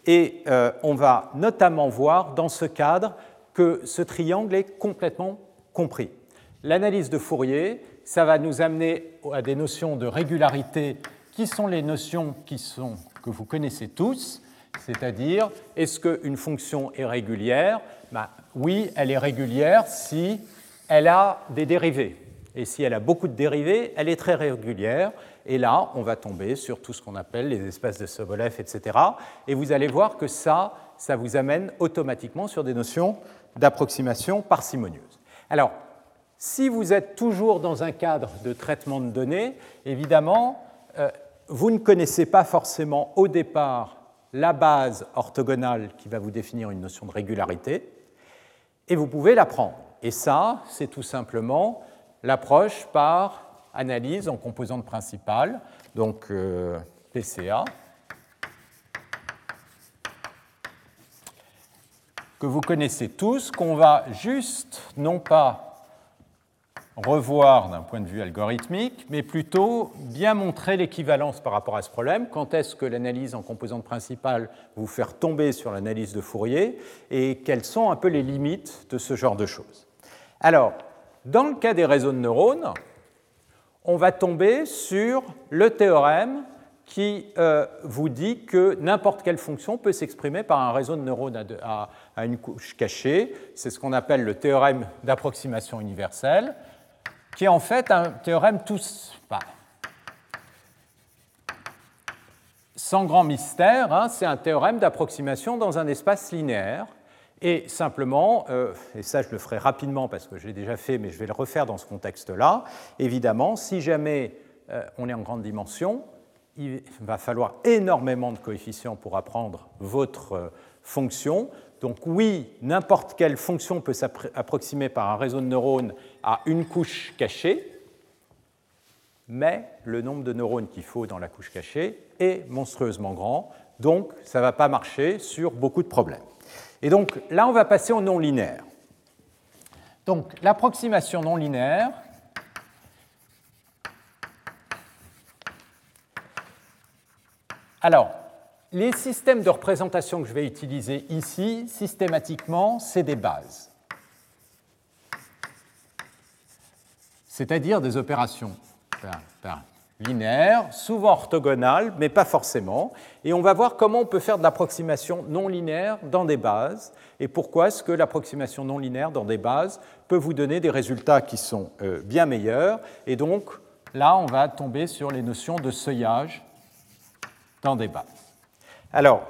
Et on va notamment voir dans ce cadre que ce triangle est complètement compris. L'analyse de Fourier, ça va nous amener à des notions de régularité qui sont les notions que vous connaissez tous, c'est-à-dire, est-ce qu'une fonction est régulière? Oui, elle est régulière si elle a des dérivés. Et si elle a beaucoup de dérivés, elle est très régulière. Et là, on va tomber sur tout ce qu'on appelle les espaces de Sobolev, etc. Et vous allez voir que ça vous amène automatiquement sur des notions d'approximation parcimonieuse. Alors, si vous êtes toujours dans un cadre de traitement de données, évidemment, vous ne connaissez pas forcément au départ la base orthogonale qui va vous définir une notion de régularité, et vous pouvez l'apprendre. Et ça, c'est tout simplement l'approche par analyse en composantes principales, donc PCA, que vous connaissez tous, qu'on va juste, non pas revoir d'un point de vue algorithmique, mais plutôt bien montrer l'équivalence par rapport à ce problème. Quand est-ce que l'analyse en composantes principales va vous faire tomber sur l'analyse de Fourier et quelles sont un peu les limites de ce genre de choses. Alors, dans le cas des réseaux de neurones, on va tomber sur le théorème qui vous dit que n'importe quelle fonction peut s'exprimer par un réseau de neurones à une couche cachée. C'est ce qu'on appelle le théorème d'approximation universelle, qui est en fait un théorème sans grand mystère, hein, c'est un théorème d'approximation dans un espace linéaire. Et simplement, et ça je le ferai rapidement parce que je l'ai déjà fait, mais je vais le refaire dans ce contexte-là, évidemment, si jamais on est en grande dimension, il va falloir énormément de coefficients pour apprendre votre fonction. Donc oui, n'importe quelle fonction peut s'approximer par un réseau de neurones à une couche cachée, mais le nombre de neurones qu'il faut dans la couche cachée est monstrueusement grand, donc ça ne va pas marcher sur beaucoup de problèmes. Et donc là, on va passer au non linéaire. Donc l'approximation non linéaire, alors, les systèmes de représentation que je vais utiliser ici, systématiquement, c'est des bases. C'est-à-dire des opérations linéaires, souvent orthogonales, mais pas forcément. Et on va voir comment on peut faire de l'approximation non linéaire dans des bases, et pourquoi est-ce que l'approximation non linéaire dans des bases peut vous donner des résultats qui sont bien meilleurs. Et donc, là, on va tomber sur les notions de seuillage dans des bases. Alors,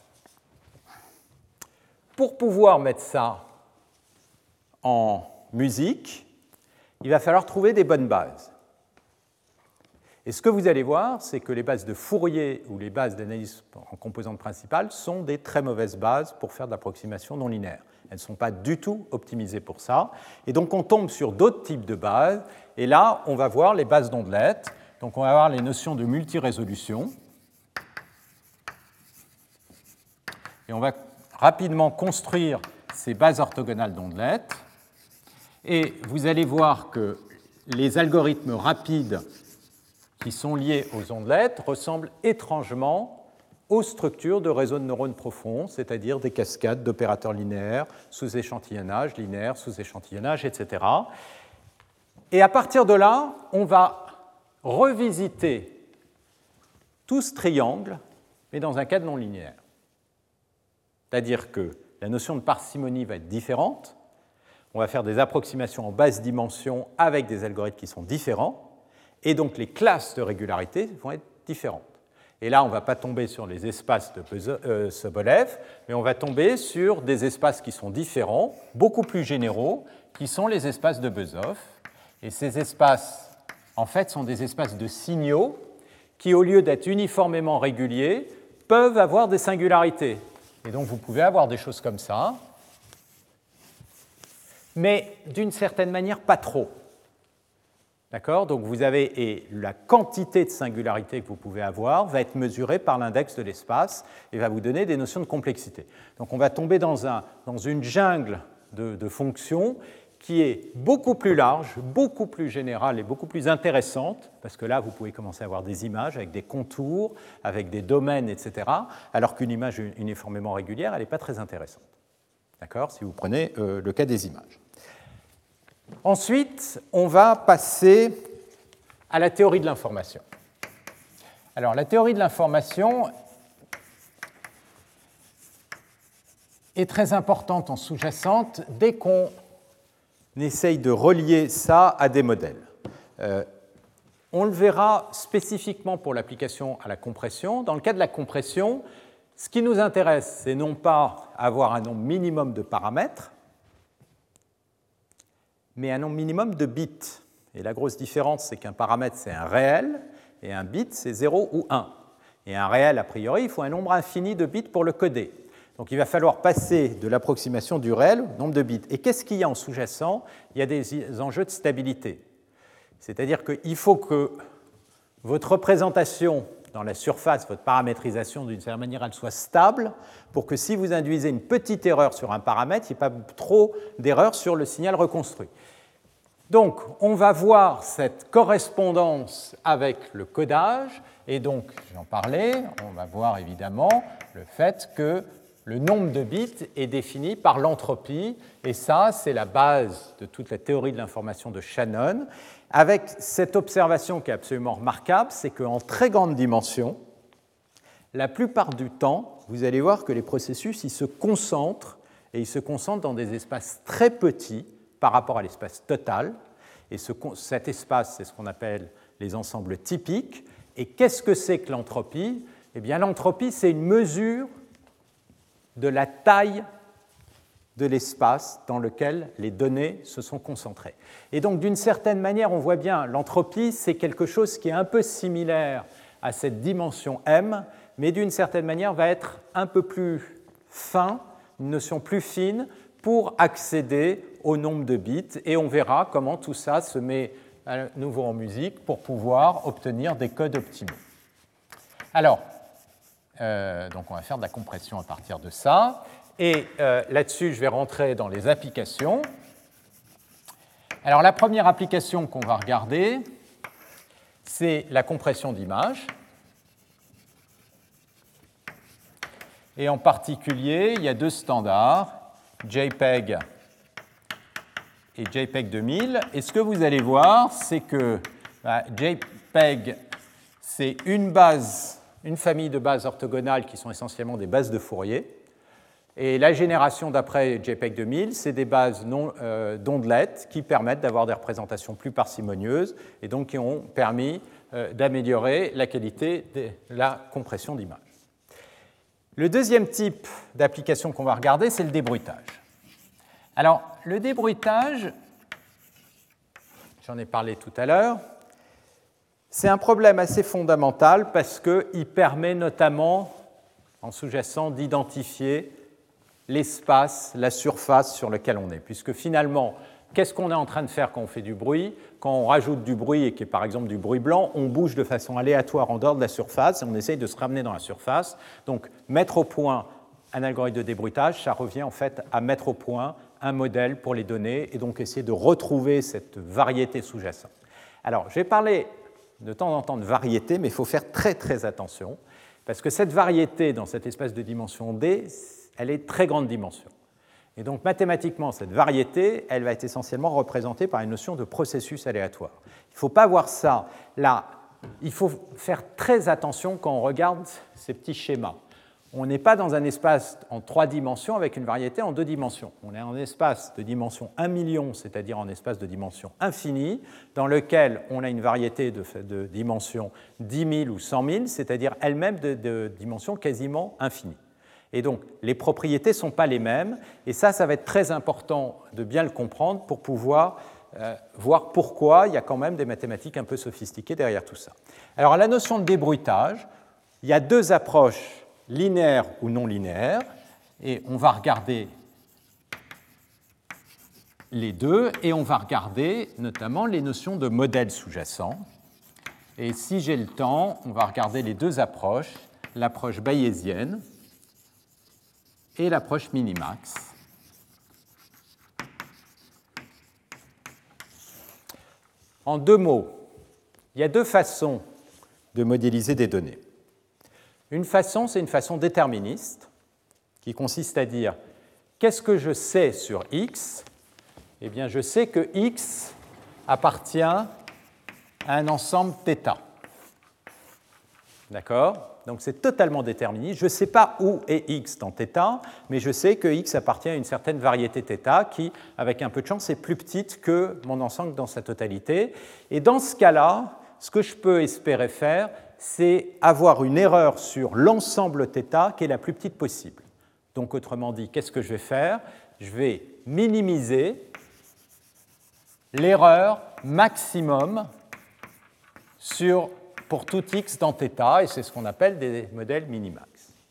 pour pouvoir mettre ça en musique, il va falloir trouver des bonnes bases. Et ce que vous allez voir, c'est que les bases de Fourier ou les bases d'analyse en composantes principales sont des très mauvaises bases pour faire de l'approximation non linéaire. Elles ne sont pas du tout optimisées pour ça. Et donc, on tombe sur d'autres types de bases. Et là, on va voir les bases d'ondelettes. Donc, on va voir les notions de multirésolution. Et on va rapidement construire ces bases orthogonales d'ondelettes. Et vous allez voir que les algorithmes rapides qui sont liés aux ondelettes ressemblent étrangement aux structures de réseaux de neurones profonds, c'est-à-dire des cascades d'opérateurs linéaires, sous-échantillonnage, linéaire, sous-échantillonnage, etc. Et à partir de là, on va revisiter tout ce triangle, mais dans un cadre non linéaire. C'est-à-dire que la notion de parcimonie va être différente, on va faire des approximations en basse dimension avec des algorithmes qui sont différents, et donc les classes de régularité vont être différentes. Et là, on ne va pas tomber sur les espaces de Sobolev, mais on va tomber sur des espaces qui sont différents, beaucoup plus généraux, qui sont les espaces de Bezoff. Et ces espaces, en fait, sont des espaces de signaux qui, au lieu d'être uniformément réguliers, peuvent avoir des singularités. Et donc, vous pouvez avoir des choses comme ça, mais d'une certaine manière, pas trop. D'accord ? Donc vous avez, et la quantité de singularité que vous pouvez avoir va être mesurée par l'index de l'espace et va vous donner des notions de complexité. Donc on va tomber dans une jungle de fonctions qui est beaucoup plus large, beaucoup plus générale et beaucoup plus intéressante, parce que là, vous pouvez commencer à avoir des images avec des contours, avec des domaines, etc., alors qu'une image uniformément régulière, elle n'est pas très intéressante. D'accord ? Si vous prenez le cas des images. Ensuite, on va passer à la théorie de l'information. Alors, la théorie de l'information est très importante en sous-jacente dès qu'on essaye de relier ça à des modèles. On le verra spécifiquement pour l'application à la compression. Dans le cas de la compression, ce qui nous intéresse, c'est non pas avoir un nombre minimum de paramètres, mais un nombre minimum de bits. Et la grosse différence, c'est qu'un paramètre, c'est un réel, et un bit, c'est 0 ou 1. Et un réel, a priori, il faut un nombre infini de bits pour le coder. Donc il va falloir passer de l'approximation du réel au nombre de bits. Et qu'est-ce qu'il y a en sous-jacent? Il y a des enjeux de stabilité. C'est-à-dire qu'il faut que votre représentation dans la surface, votre paramétrisation, d'une certaine manière, elle soit stable pour que si vous induisez une petite erreur sur un paramètre, il n'y ait pas trop d'erreurs sur le signal reconstruit. Donc, on va voir cette correspondance avec le codage, et donc, j'en parlais, on va voir évidemment le fait que le nombre de bits est défini par l'entropie, et ça, c'est la base de toute la théorie de l'information de Shannon, avec cette observation qui est absolument remarquable, c'est qu'en très grande dimension, la plupart du temps, vous allez voir que les processus, ils se concentrent, et ils se concentrent dans des espaces très petits par rapport à l'espace total, et cet espace, c'est ce qu'on appelle les ensembles typiques. Et qu'est-ce que c'est que l'entropie? Eh bien, l'entropie, c'est une mesure de la taille de l'espace dans lequel les données se sont concentrées. Et donc, d'une certaine manière, on voit bien, l'entropie, c'est quelque chose qui est un peu similaire à cette dimension m, mais d'une certaine manière va être un peu plus fin, une notion plus fine, pour accéder au nombre de bits, et on verra comment tout ça se met à nouveau en musique pour pouvoir obtenir des codes optimaux. Alors, donc on va faire de la compression à partir de ça, et là-dessus, je vais rentrer dans les applications. Alors, la première application qu'on va regarder, c'est la compression d'images. Et en particulier, il y a deux standards, JPEG et JPEG 2000. Et ce que vous allez voir, c'est que JPEG, c'est une famille de bases orthogonales qui sont essentiellement des bases de Fourier. Et la génération d'après JPEG 2000, c'est des bases d'ondelettes qui permettent d'avoir des représentations plus parcimonieuses et donc qui ont permis d'améliorer la qualité de la compression d'image. Le deuxième type d'application qu'on va regarder, c'est le débruitage. Alors, le débruitage, j'en ai parlé tout à l'heure, c'est un problème assez fondamental parce qu'il permet notamment, en sous-jacent, d'identifier l'espace, la surface sur laquelle on est. Puisque finalement, qu'est-ce qu'on est en train de faire quand on fait du bruit? Quand on rajoute du bruit et qui est par exemple du bruit blanc, on bouge de façon aléatoire en dehors de la surface et on essaye de se ramener dans la surface. Donc, mettre au point un algorithme de débruitage, ça revient en fait à mettre au point un modèle pour les données et donc essayer de retrouver cette variété sous-jacente. Alors, je vais parler de temps en temps de variété, mais il faut faire très très attention parce que cette variété dans cet espace de dimension D, elle est très grande dimension. Et donc, mathématiquement, cette variété, elle va être essentiellement représentée par une notion de processus aléatoire. Il ne faut pas voir ça là. Il faut faire très attention quand on regarde ces petits schémas. On n'est pas dans un espace en 3 dimensions avec une variété en 2 dimensions. On est en espace de dimension 1 million, c'est-à-dire en espace de dimension infinie, dans lequel on a une variété de dimension 10 000 ou 100 000, c'est-à-dire elle-même de dimension quasiment infinie. Et donc, les propriétés ne sont pas les mêmes, et ça va être très important de bien le comprendre pour pouvoir voir pourquoi il y a quand même des mathématiques un peu sophistiquées derrière tout ça. Alors, à la notion de débruitage, il y a deux approches linéaires ou non linéaires, et on va regarder les deux, et on va regarder notamment les notions de modèles sous-jacents. Et si j'ai le temps, on va regarder les deux approches, l'approche bayésienne et l'approche minimax. En 2 mots, il y a 2 façons de modéliser des données. Une façon, c'est une façon déterministe, qui consiste à dire qu'est-ce que je sais sur X? Eh bien, je sais que X appartient à un ensemble θ. D'accord? Donc c'est totalement déterministe. Je ne sais pas où est X dans θ, mais je sais que X appartient à une certaine variété θ qui, avec un peu de chance, est plus petite que mon ensemble dans sa totalité. Et dans ce cas-là, ce que je peux espérer faire, c'est avoir une erreur sur l'ensemble θ qui est la plus petite possible. Donc autrement dit, qu'est-ce que je vais faire? Je vais minimiser l'erreur maximum pour tout x dans θ, et c'est ce qu'on appelle des modèles minimax.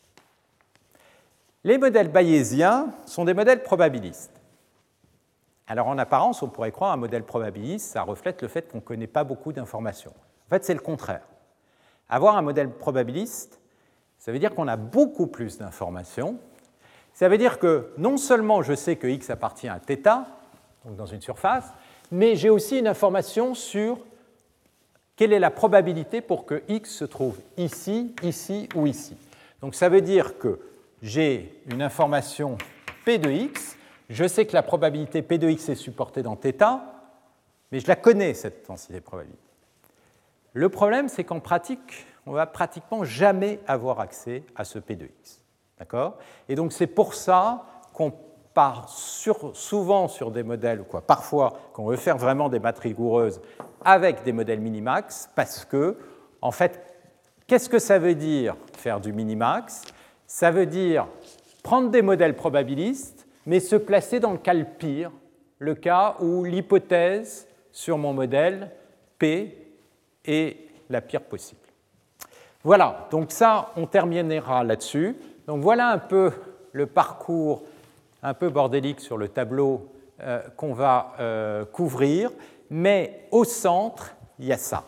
Les modèles bayésiens sont des modèles probabilistes. Alors en apparence, on pourrait croire un modèle probabiliste, ça reflète le fait qu'on ne connaît pas beaucoup d'informations. En fait, c'est le contraire. Avoir un modèle probabiliste, ça veut dire qu'on a beaucoup plus d'informations. Ça veut dire que non seulement je sais que x appartient à θ, donc dans une surface, mais j'ai aussi une information sur quelle est la probabilité pour que x se trouve ici, ici ou ici. Donc ça veut dire que j'ai une information p de x, je sais que la probabilité p de x est supportée dans θ, mais je la connais, cette densité de probabilité. Le problème, c'est qu'en pratique, on ne va pratiquement jamais avoir accès à ce p de x. D'accord? Et donc c'est pour ça qu'on part souvent sur des modèles, ou parfois qu'on veut faire vraiment des maths rigoureuses avec des modèles minimax, parce que, en fait, qu'est-ce que ça veut dire faire du minimax? Ça veut dire prendre des modèles probabilistes, mais se placer dans le cas le pire, le cas où l'hypothèse sur mon modèle P est la pire possible. Voilà, donc ça, on terminera là-dessus. Donc voilà un peu le parcours un peu bordélique sur le tableau qu'on va couvrir, mais au centre, il y a ça.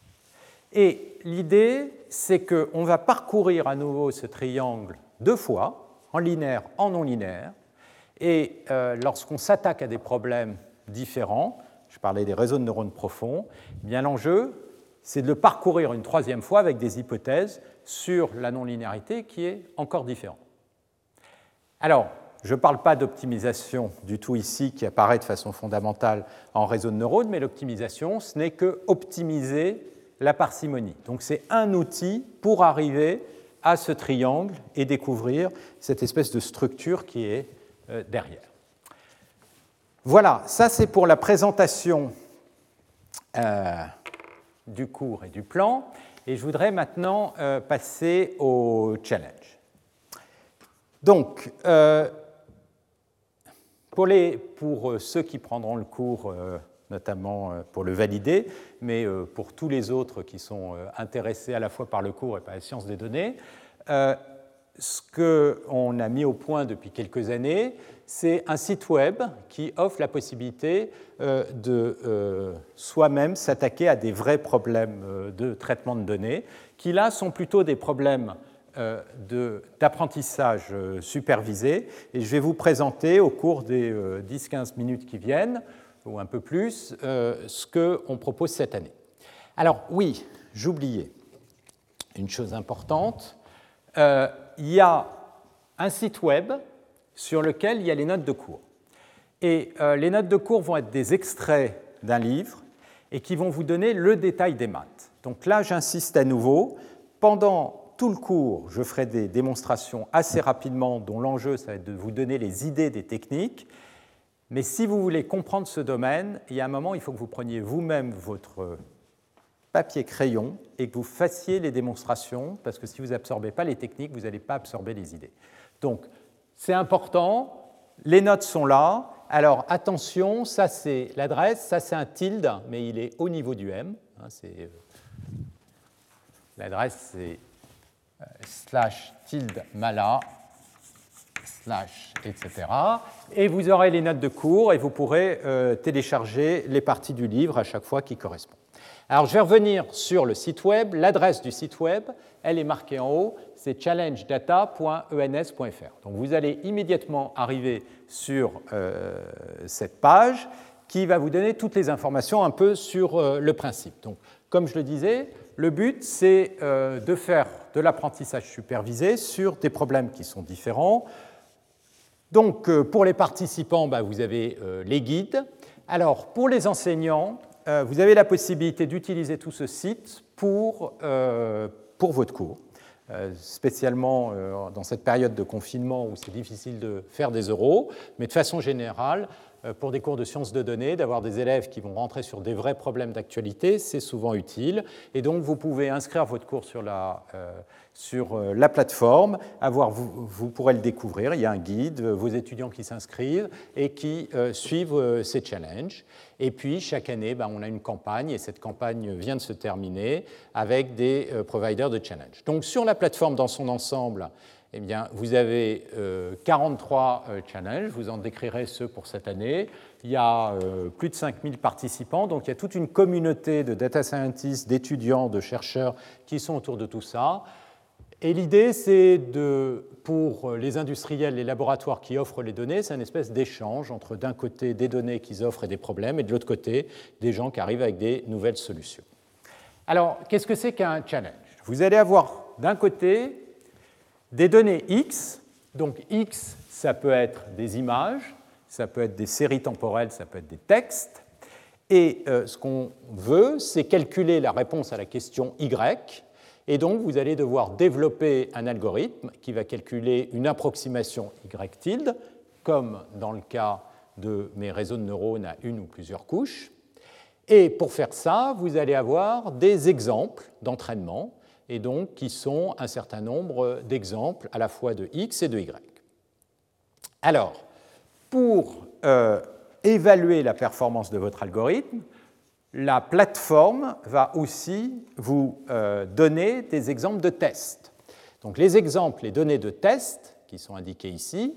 Et l'idée, c'est qu'on va parcourir à nouveau ce triangle 2 fois, en linéaire, en non linéaire, et lorsqu'on s'attaque à des problèmes différents, je parlais des réseaux de neurones profonds, eh bien l'enjeu, c'est de le parcourir une 3e fois avec des hypothèses sur la non-linéarité qui est encore différente. Alors, je ne parle pas d'optimisation du tout ici, qui apparaît de façon fondamentale en réseau de neurones, mais l'optimisation, ce n'est que optimiser la parcimonie. Donc c'est un outil pour arriver à ce triangle et découvrir cette espèce de structure qui est derrière. Voilà, ça c'est pour la présentation du cours et du plan. Et je voudrais maintenant passer au challenge. Donc, pour ceux qui prendront le cours, notamment pour le valider, mais pour tous les autres qui sont intéressés à la fois par le cours et par la science des données, ce qu'on a mis au point depuis quelques années, c'est un site web qui offre la possibilité de soi-même s'attaquer à des vrais problèmes de traitement de données, qui là sont plutôt des problèmes d'apprentissage supervisé. Et je vais vous présenter au cours des 10-15 minutes qui viennent, ou un peu plus, ce qu'on propose cette année. Alors oui, j'oubliais une chose importante. Il y a un site web sur lequel il y a les notes de cours. Et les notes de cours vont être des extraits d'un livre et qui vont vous donner le détail des maths. Donc là, j'insiste à nouveau, pendant tout le cours, je ferai des démonstrations assez rapidement dont l'enjeu, ça va être de vous donner les idées des techniques. Mais si vous voulez comprendre ce domaine, il y a un moment, il faut que vous preniez vous-même votre papier-crayon et que vous fassiez les démonstrations, parce que si vous n'absorbez pas les techniques, vous n'allez pas absorber les idées. Donc, c'est important, les notes sont là. Alors, attention, ça c'est l'adresse, ça c'est un tilde, mais il est au niveau du M. L'adresse c'est /tilde-mala, / etc. Et vous aurez les notes de cours et vous pourrez télécharger les parties du livre à chaque fois qui correspondent. Alors, je vais revenir sur le site web. L'adresse du site web, elle est marquée en haut, c'est challengedata.ens.fr. Donc, vous allez immédiatement arriver sur cette page qui va vous donner toutes les informations un peu sur le principe. Donc, comme je le disais, le but, c'est de faire de l'apprentissage supervisé sur des problèmes qui sont différents. Donc, pour les participants, vous avez les guides. Alors, pour les enseignants, vous avez la possibilité d'utiliser tout ce site pour votre cours, spécialement dans cette période de confinement où c'est difficile de faire des oraux, mais de façon générale, pour des cours de sciences de données, d'avoir des élèves qui vont rentrer sur des vrais problèmes d'actualité, c'est souvent utile. Et donc, vous pouvez inscrire votre cours sur la plateforme, vous pourrez le découvrir. Il y a un guide, vos étudiants qui s'inscrivent et qui suivent ces challenges. Et puis, chaque année, on a une campagne, et cette campagne vient de se terminer avec des providers de challenge. Donc, sur la plateforme dans son ensemble, eh bien, vous avez 43 challenges, je vous en décrirez ceux pour cette année. Il y a plus de 5000 participants, donc il y a toute une communauté de data scientists, d'étudiants, de chercheurs qui sont autour de tout ça. Et l'idée, c'est pour les industriels, les laboratoires qui offrent les données, c'est une espèce d'échange entre d'un côté des données qu'ils offrent et des problèmes, et de l'autre côté des gens qui arrivent avec des nouvelles solutions. Alors, qu'est-ce que c'est qu'un challenge? Vous allez avoir d'un côté des données X, donc X, ça peut être des images, ça peut être des séries temporelles, ça peut être des textes, et ce qu'on veut, c'est calculer la réponse à la question Y, et donc vous allez devoir développer un algorithme qui va calculer une approximation Y tilde, comme dans le cas de mes réseaux de neurones à une ou plusieurs couches, et pour faire ça, vous allez avoir des exemples d'entraînement, et donc qui sont un certain nombre d'exemples à la fois de X et de Y. Alors, pour évaluer la performance de votre algorithme, la plateforme va aussi vous donner des exemples de tests. Donc les exemples, les données de tests, qui sont indiquées ici,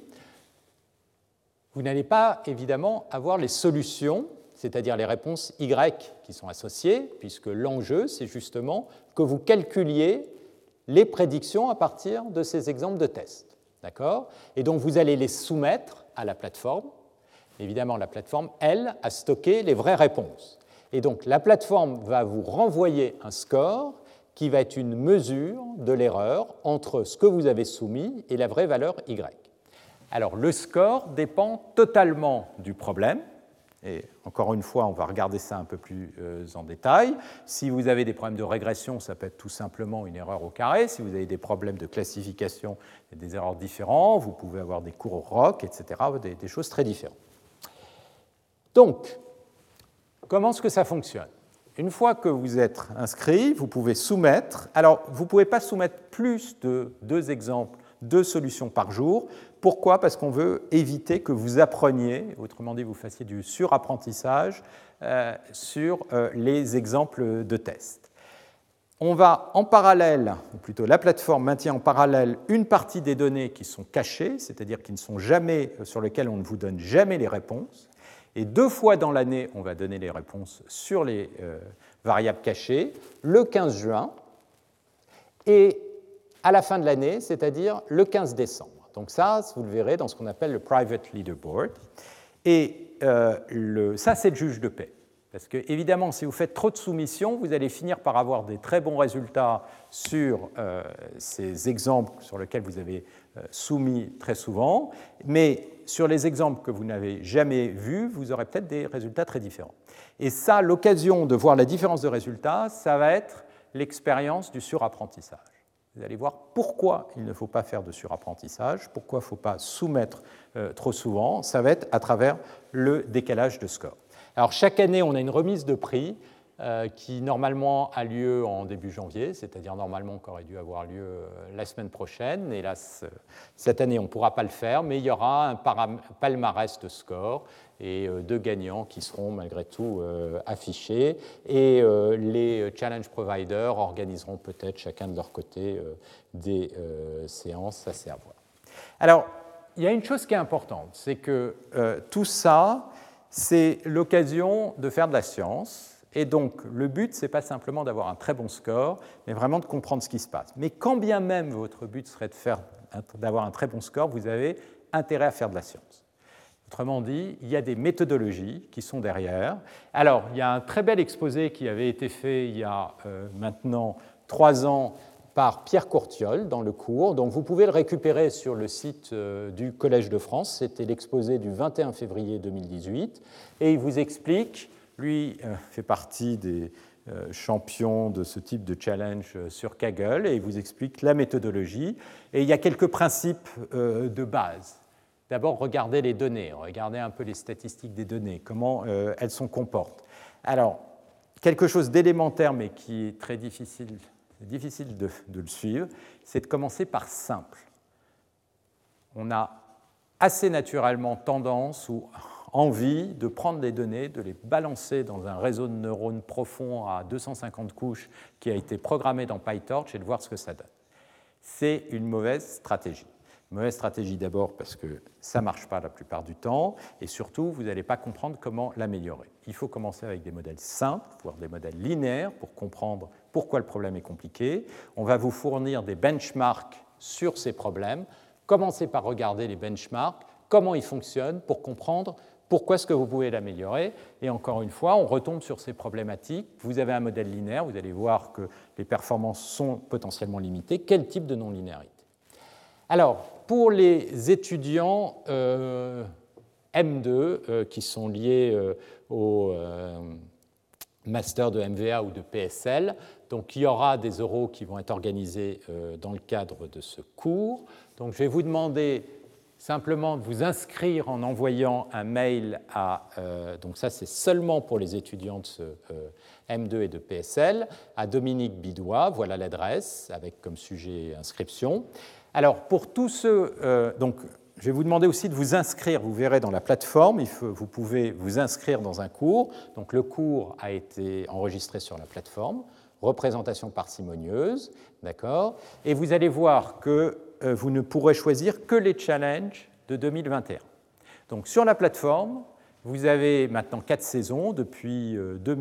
vous n'allez pas évidemment avoir les solutions, c'est-à-dire les réponses Y qui sont associées, puisque l'enjeu, c'est justement que vous calculiez les prédictions à partir de ces exemples de tests. D'accord ? Et donc, vous allez les soumettre à la plateforme. Évidemment, la plateforme, elle, a stocké les vraies réponses. Et donc, la plateforme va vous renvoyer un score qui va être une mesure de l'erreur entre ce que vous avez soumis et la vraie valeur Y. Alors, le score dépend totalement du problème. Et encore une fois, on va regarder ça un peu plus en détail. Si vous avez des problèmes de régression, ça peut être tout simplement une erreur au carré. Si vous avez des problèmes de classification, il y a des erreurs différentes. Vous pouvez avoir des cours au ROC, etc., des choses très différentes. Donc, comment est-ce que ça fonctionne? Une fois que vous êtes inscrit, vous pouvez soumettre. Alors, vous ne pouvez pas soumettre plus de 2 exemples, 2 solutions par jour. Pourquoi? Parce qu'on veut éviter que vous appreniez, autrement dit, vous fassiez du surapprentissage sur les exemples de tests. On va en parallèle, ou plutôt la plateforme maintient en parallèle une partie des données qui sont cachées, c'est-à-dire qui ne sont jamais, sur lesquelles on ne vous donne jamais les réponses. Et 2 fois dans l'année, on va donner les réponses sur les variables cachées, le 15 juin et à la fin de l'année, c'est-à-dire le 15 décembre. Donc ça, vous le verrez dans ce qu'on appelle le Private Leaderboard. Et ça, c'est le juge de paix. Parce que, évidemment, si vous faites trop de soumissions, vous allez finir par avoir des très bons résultats sur ces exemples sur lesquels vous avez soumis très souvent. Mais sur les exemples que vous n'avez jamais vus, vous aurez peut-être des résultats très différents. Et ça, l'occasion de voir la différence de résultats, ça va être l'expérience du surapprentissage. Vous allez voir pourquoi il ne faut pas faire de surapprentissage, pourquoi il ne faut pas soumettre trop souvent. Ça va être à travers le décalage de score. Alors, chaque année, on a une remise de prix qui, normalement, a lieu en début janvier, c'est-à-dire, normalement, qui aurait dû avoir lieu la semaine prochaine. Hélas, cette année, on ne pourra pas le faire, mais il y aura un palmarès de score et 2 gagnants qui seront, malgré tout, affichés. Et les challenge providers organiseront peut-être, chacun de leur côté, des séances, ça c'est à voir. Alors, il y a une chose qui est importante, c'est que tout ça, c'est l'occasion de faire de la science. Et donc, le but, ce n'est pas simplement d'avoir un très bon score, mais vraiment de comprendre ce qui se passe. Mais quand bien même votre but serait d'avoir un très bon score, vous avez intérêt à faire de la science. Autrement dit, il y a des méthodologies qui sont derrière. Alors, il y a un très bel exposé qui avait été fait il y a maintenant 3 ans par Pierre Courtiol dans le cours. Donc, vous pouvez le récupérer sur le site du Collège de France. C'était l'exposé du 21 février 2018. Et il vous explique, lui fait partie des champions de ce type de challenge sur Kaggle, et il vous explique la méthodologie. Et il y a quelques principes de base. D'abord, regardez les données, regardez un peu les statistiques des données, comment elles se comportent. Alors, quelque chose d'élémentaire, mais qui est très difficile de le suivre, c'est de commencer par simple. On a assez naturellement tendance ou envie de prendre des données, de les balancer dans un réseau de neurones profond à 250 couches qui a été programmé dans PyTorch et de voir ce que ça donne. C'est une mauvaise stratégie. Mauvaise stratégie d'abord parce que ça ne marche pas la plupart du temps, et surtout, vous n'allez pas comprendre comment l'améliorer. Il faut commencer avec des modèles simples, voire des modèles linéaires, pour comprendre pourquoi le problème est compliqué. On va vous fournir des benchmarks sur ces problèmes. Commencez par regarder les benchmarks, comment ils fonctionnent, pour comprendre pourquoi est-ce que vous pouvez l'améliorer. Et encore une fois, on retombe sur ces problématiques. Vous avez un modèle linéaire, vous allez voir que les performances sont potentiellement limitées. Quel type de non-linéarité? Alors, pour les étudiants M2 qui sont liés au master de MVA ou de PSL, donc il y aura des oraux qui vont être organisés dans le cadre de ce cours. Donc je vais vous demander simplement de vous inscrire en envoyant un mail à, donc ça c'est seulement pour les étudiants de ce M2 et de PSL, à Dominique Bidois, voilà l'adresse, avec comme sujet inscription. Alors, pour tous ceux, donc, je vais vous demander aussi de vous inscrire, vous verrez dans la plateforme, vous pouvez vous inscrire dans un cours. Donc, le cours a été enregistré sur la plateforme, représentation parcimonieuse, d'accord? Et vous allez voir que vous ne pourrez choisir que les challenges de 2021. Donc, sur la plateforme, vous avez maintenant 4 saisons depuis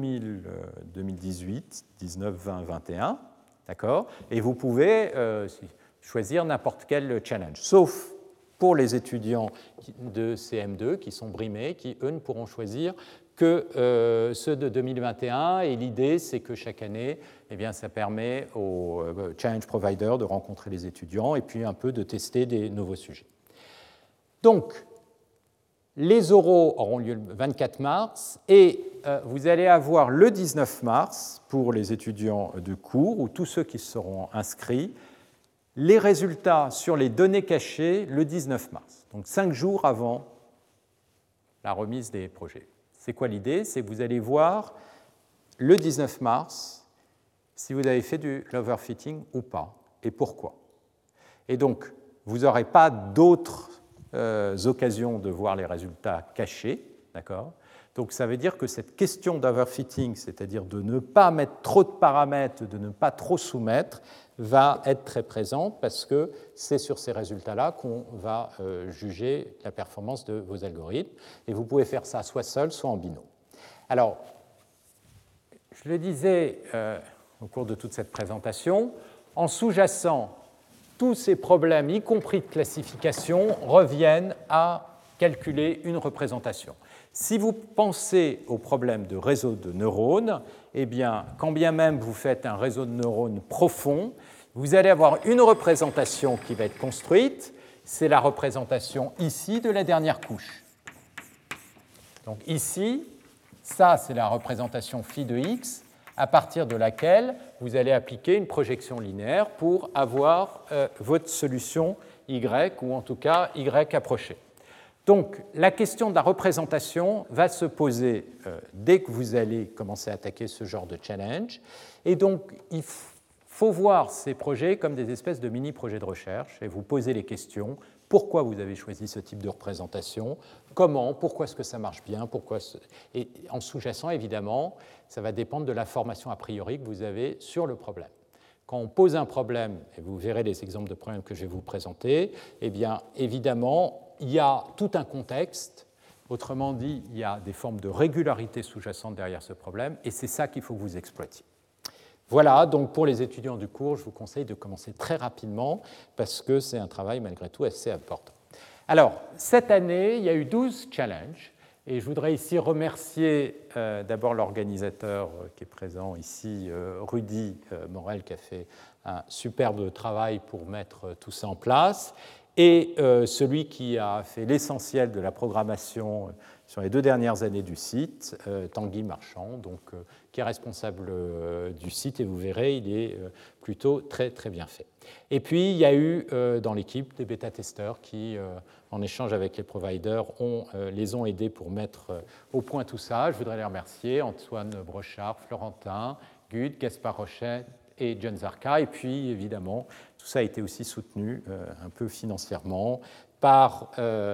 2018, 19, 20, 21, d'accord? Et vous pouvez choisir n'importe quel challenge, sauf pour les étudiants de CM2 qui sont brimés, qui, eux, ne pourront choisir que ceux de 2021. Et l'idée, c'est que chaque année, eh bien, ça permet aux challenge providers de rencontrer les étudiants et puis un peu de tester des nouveaux sujets. Donc, les oraux auront lieu le 24 mars et vous allez avoir le 19 mars pour les étudiants de cours ou tous ceux qui seront inscrits, les résultats sur les données cachées le 19 mars, donc 5 jours avant la remise des projets. C'est quoi l'idée? C'est que vous allez voir le 19 mars si vous avez fait du l'overfitting ou pas, et pourquoi. Et donc, vous n'aurez pas d'autres occasions de voir les résultats cachés, d'accord? Donc ça veut dire que cette question d'overfitting, c'est-à-dire de ne pas mettre trop de paramètres, de ne pas trop soumettre, va être très présente parce que c'est sur ces résultats-là qu'on va juger la performance de vos algorithmes. Et vous pouvez faire ça soit seul, soit en binôme. Alors, je le disais au cours de toute cette présentation, en sous-jacent, tous ces problèmes, y compris de classification, reviennent à calculer une représentation. Si vous pensez au problème de réseau de neurones, eh bien, quand bien même vous faites un réseau de neurones profond, vous allez avoir une représentation qui va être construite. C'est la représentation ici de la dernière couche. Donc ici, ça c'est la représentation phi de x, à partir de laquelle vous allez appliquer une projection linéaire pour avoir votre solution y, ou en tout cas y approchée. Donc, la question de la représentation va se poser dès que vous allez commencer à attaquer ce genre de challenge. Et donc, il faut voir ces projets comme des espèces de mini-projets de recherche et vous poser les questions. Pourquoi vous avez choisi ce type de représentation? Comment? Pourquoi est-ce que ça marche bien? Et en sous-jacent, évidemment, ça va dépendre de l'information a priori que vous avez sur le problème. Quand on pose un problème, et vous verrez les exemples de problèmes que je vais vous présenter, eh bien, évidemment, il y a tout un contexte, autrement dit, il y a des formes de régularité sous-jacente derrière ce problème, et c'est ça qu'il faut que vous exploitiez. Voilà, donc pour les étudiants du cours, je vous conseille de commencer très rapidement, parce que c'est un travail malgré tout assez important. Alors, cette année, il y a eu 12 challenges, et je voudrais ici remercier d'abord l'organisateur qui est présent ici, Rudy Morel, qui a fait un superbe travail pour mettre tout ça en place, et celui qui a fait l'essentiel de la programmation sur les 2 dernières années du site, Tanguy Marchand, donc, qui est responsable du site, et vous verrez, il est plutôt très, très bien fait. Et puis, il y a eu dans l'équipe des bêta-testeurs qui, en échange avec les providers, les ont aidés pour mettre au point tout ça. Je voudrais les remercier, Antoine Brochard, Florentin, Gud, Gaspard Rochet et John Zarka. Et puis, évidemment, tout ça a été aussi soutenu un peu financièrement par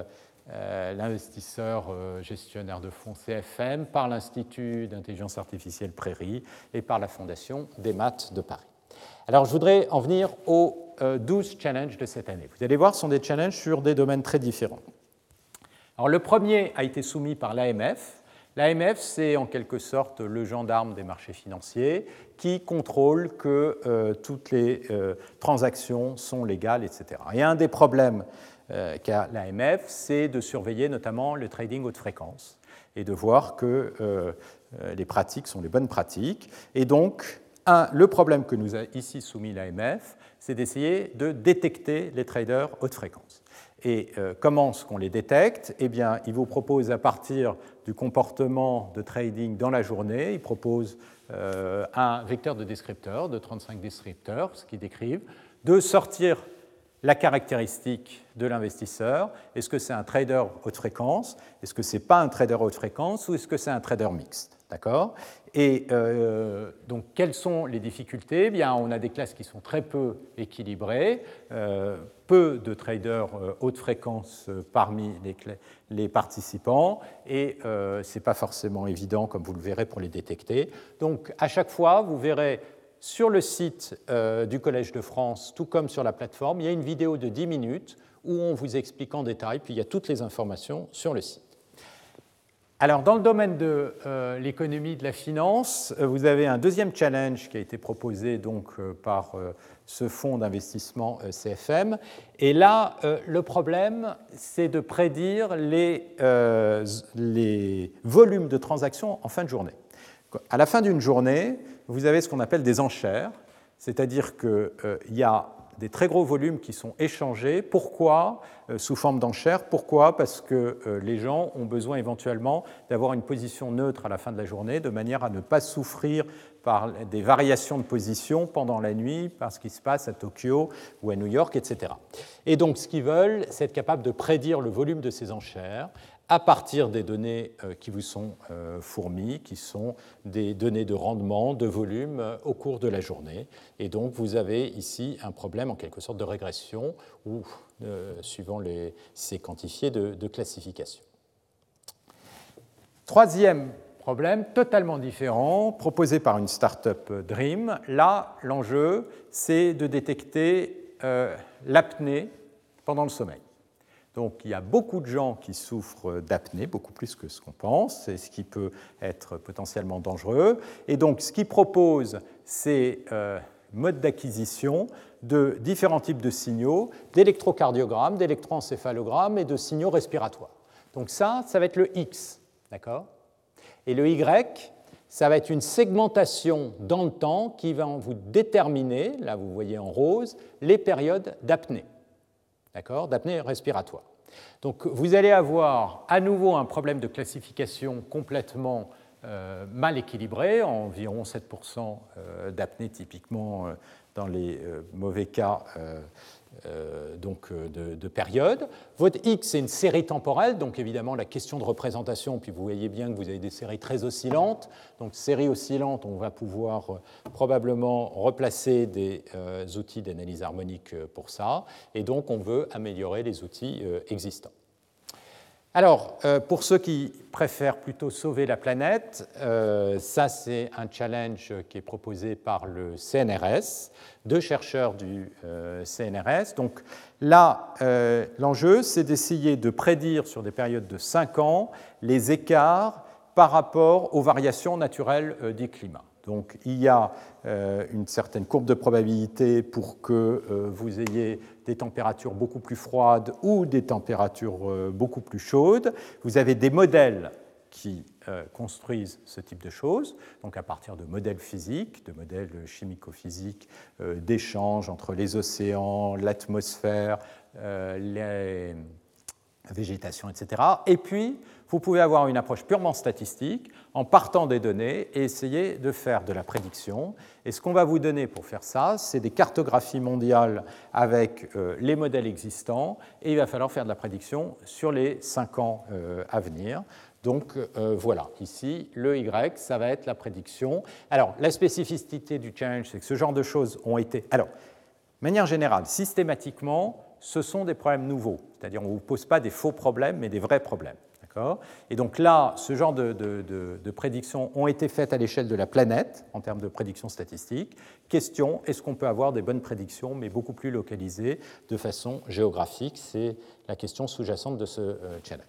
l'investisseur gestionnaire de fonds CFM, par l'Institut d'intelligence artificielle Prairie et par la Fondation des maths de Paris. Alors, je voudrais en venir aux 12 challenges de cette année. Vous allez voir, ce sont des challenges sur des domaines très différents. Alors, le premier a été soumis par l'AMF. L'AMF, c'est en quelque sorte le gendarme des marchés financiers qui contrôle que toutes les transactions sont légales, etc. Et un des problèmes qu'a l'AMF, c'est de surveiller notamment le trading haute fréquence et de voir que les pratiques sont les bonnes pratiques. Et donc, le problème que nous a ici soumis l'AMF, c'est d'essayer de détecter les traders haute fréquence. Et comment est-ce qu'on les détecte? Eh bien, il vous propose à partir du comportement de trading dans la journée, il propose un vecteur de descripteurs, de 35 descripteurs, ce qu'ils décrivent, de sortir la caractéristique de l'investisseur. Est-ce que c'est un trader haute fréquence? Est-ce que ce n'est pas un trader haute fréquence? Ou est-ce que c'est un trader mixte? D'accord? Et donc, quelles sont les difficultés? Eh bien, on a des classes qui sont très peu équilibrées, peu de traders haute fréquence parmi les participants, et ce n'est pas forcément évident, comme vous le verrez, pour les détecter. Donc, à chaque fois, vous verrez sur le site du Collège de France, tout comme sur la plateforme, il y a une vidéo de 10 minutes où on vous explique en détail, puis il y a toutes les informations sur le site. Alors, dans le domaine de l'économie de la finance, vous avez un deuxième challenge qui a été proposé donc, par ce fonds d'investissement CFM. Et là, le problème, c'est de prédire les volumes de transactions en fin de journée. À la fin d'une journée, vous avez ce qu'on appelle des enchères, c'est-à-dire qu'il y a des très gros volumes qui sont échangés. Pourquoi? Sous forme d'enchères. Pourquoi? Parce que les gens ont besoin éventuellement d'avoir une position neutre à la fin de la journée, de manière à ne pas souffrir par des variations de position pendant la nuit, par ce qui se passe à Tokyo ou à New York, etc. Et donc, ce qu'ils veulent, c'est être capable de prédire le volume de ces enchères à partir des données qui vous sont fournies, qui sont des données de rendement, de volume au cours de la journée. Et donc, vous avez ici un problème en quelque sorte de régression ou, suivant si c'est quantifié, de classification. Troisième problème, totalement différent, proposé par une start-up Dream. Là, l'enjeu, c'est de détecter l'apnée pendant le sommeil. Donc, il y a beaucoup de gens qui souffrent d'apnée, beaucoup plus que ce qu'on pense, c'est ce qui peut être potentiellement dangereux. Et donc, ce qu'ils proposent, c'est mode d'acquisition de différents types de signaux, d'électrocardiogramme, d'électroencéphalogramme et de signaux respiratoires. Donc ça va être le X, d'accord? Et le Y, ça va être une segmentation dans le temps qui va vous déterminer, là vous voyez en rose, les périodes d'apnée. D'accord, d'apnée respiratoire. Donc vous allez avoir à nouveau un problème de classification complètement mal équilibré, environ 7% d'apnée typiquement dans les mauvais cas de période. Votre X, c'est une série temporelle, donc évidemment la question de représentation, puis vous voyez bien que vous avez des séries très oscillantes. Donc séries oscillantes, on va pouvoir probablement replacer des outils d'analyse harmonique pour ça, et donc on veut améliorer les outils existants. Alors, pour ceux qui préfèrent plutôt sauver la planète, ça c'est un challenge qui est proposé par le CNRS, deux chercheurs du CNRS. Donc là, l'enjeu, c'est d'essayer de prédire sur des périodes de 5 ans les écarts par rapport aux variations naturelles du climat. Donc il y a une certaine courbe de probabilité pour que vous ayez des températures beaucoup plus froides ou des températures beaucoup plus chaudes. Vous avez des modèles qui construisent ce type de choses, donc à partir de modèles physiques, de modèles chimico-physiques, d'échanges entre les océans, l'atmosphère, la végétation, etc. Et puis, vous pouvez avoir une approche purement statistique en partant des données et essayer de faire de la prédiction. Et ce qu'on va vous donner pour faire ça, c'est des cartographies mondiales avec les modèles existants, et il va falloir faire de la prédiction sur les 5 ans à venir. Donc voilà, ici, le Y, ça va être la prédiction. Alors, la spécificité du challenge, c'est que ce genre de choses ont été... Alors, de manière générale, systématiquement, ce sont des problèmes nouveaux. C'est-à-dire, on ne vous pose pas des faux problèmes, mais des vrais problèmes. Et donc là, ce genre de prédictions ont été faites à l'échelle de la planète, en termes de prédictions statistiques. Question, est-ce qu'on peut avoir des bonnes prédictions, mais beaucoup plus localisées, de façon géographique? C'est la question sous-jacente de ce challenge.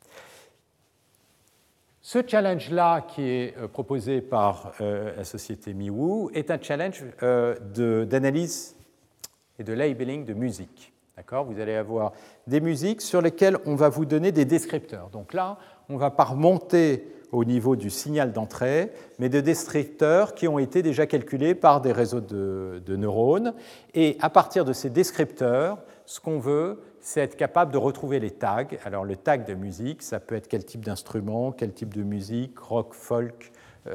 Ce challenge-là, qui est proposé par la société Miwoo, est un challenge d'analyse et de labeling de musique. Vous allez avoir des musiques sur lesquelles on va vous donner des descripteurs. Donc là, on ne va pas remonter au niveau du signal d'entrée, mais de descripteurs qui ont été déjà calculés par des réseaux de neurones. Et à partir de ces descripteurs, ce qu'on veut, c'est être capable de retrouver les tags. Alors le tag de musique, ça peut être quel type d'instrument, quel type de musique, rock, folk,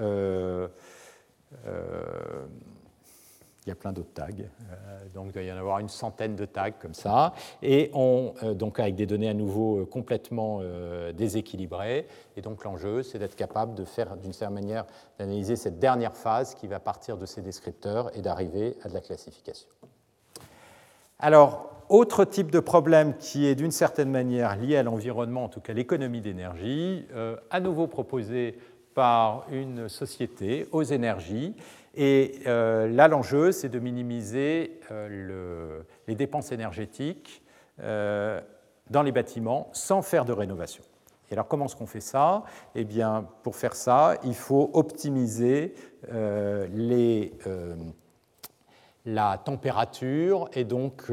il y a plein d'autres tags, donc il doit y en avoir une centaine de tags comme ça, et donc avec des données à nouveau complètement déséquilibrées. Et donc l'enjeu, c'est d'être capable de faire, d'une certaine manière, d'analyser cette dernière phase qui va partir de ces descripteurs et d'arriver à de la classification. Alors, autre type de problème qui est d'une certaine manière lié à l'environnement, en tout cas l'économie d'énergie, à nouveau proposé par une société, Aux Énergies. Et là, l'enjeu, c'est de minimiser les dépenses énergétiques dans les bâtiments sans faire de rénovation. Et alors, comment est-ce qu'on fait ça? Eh bien, pour faire ça, il faut optimiser la température et donc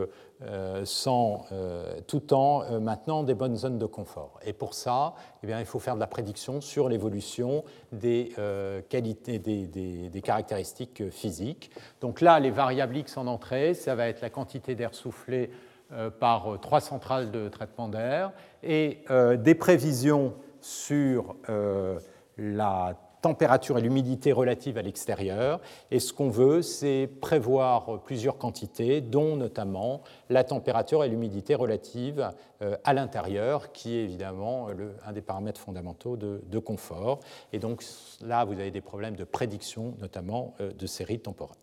tout en maintenant des bonnes zones de confort. Et pour ça, eh bien, il faut faire de la prédiction sur l'évolution des qualités, des caractéristiques physiques. Donc là, les variables X en entrée, ça va être la quantité d'air soufflé par 3 centrales de traitement d'air et des prévisions sur la température et l'humidité relative à l'extérieur. Et ce qu'on veut, c'est prévoir plusieurs quantités, dont notamment la température et l'humidité relative à l'intérieur, qui est évidemment un des paramètres fondamentaux de confort. Et donc là, vous avez des problèmes de prédiction, notamment de séries temporelles.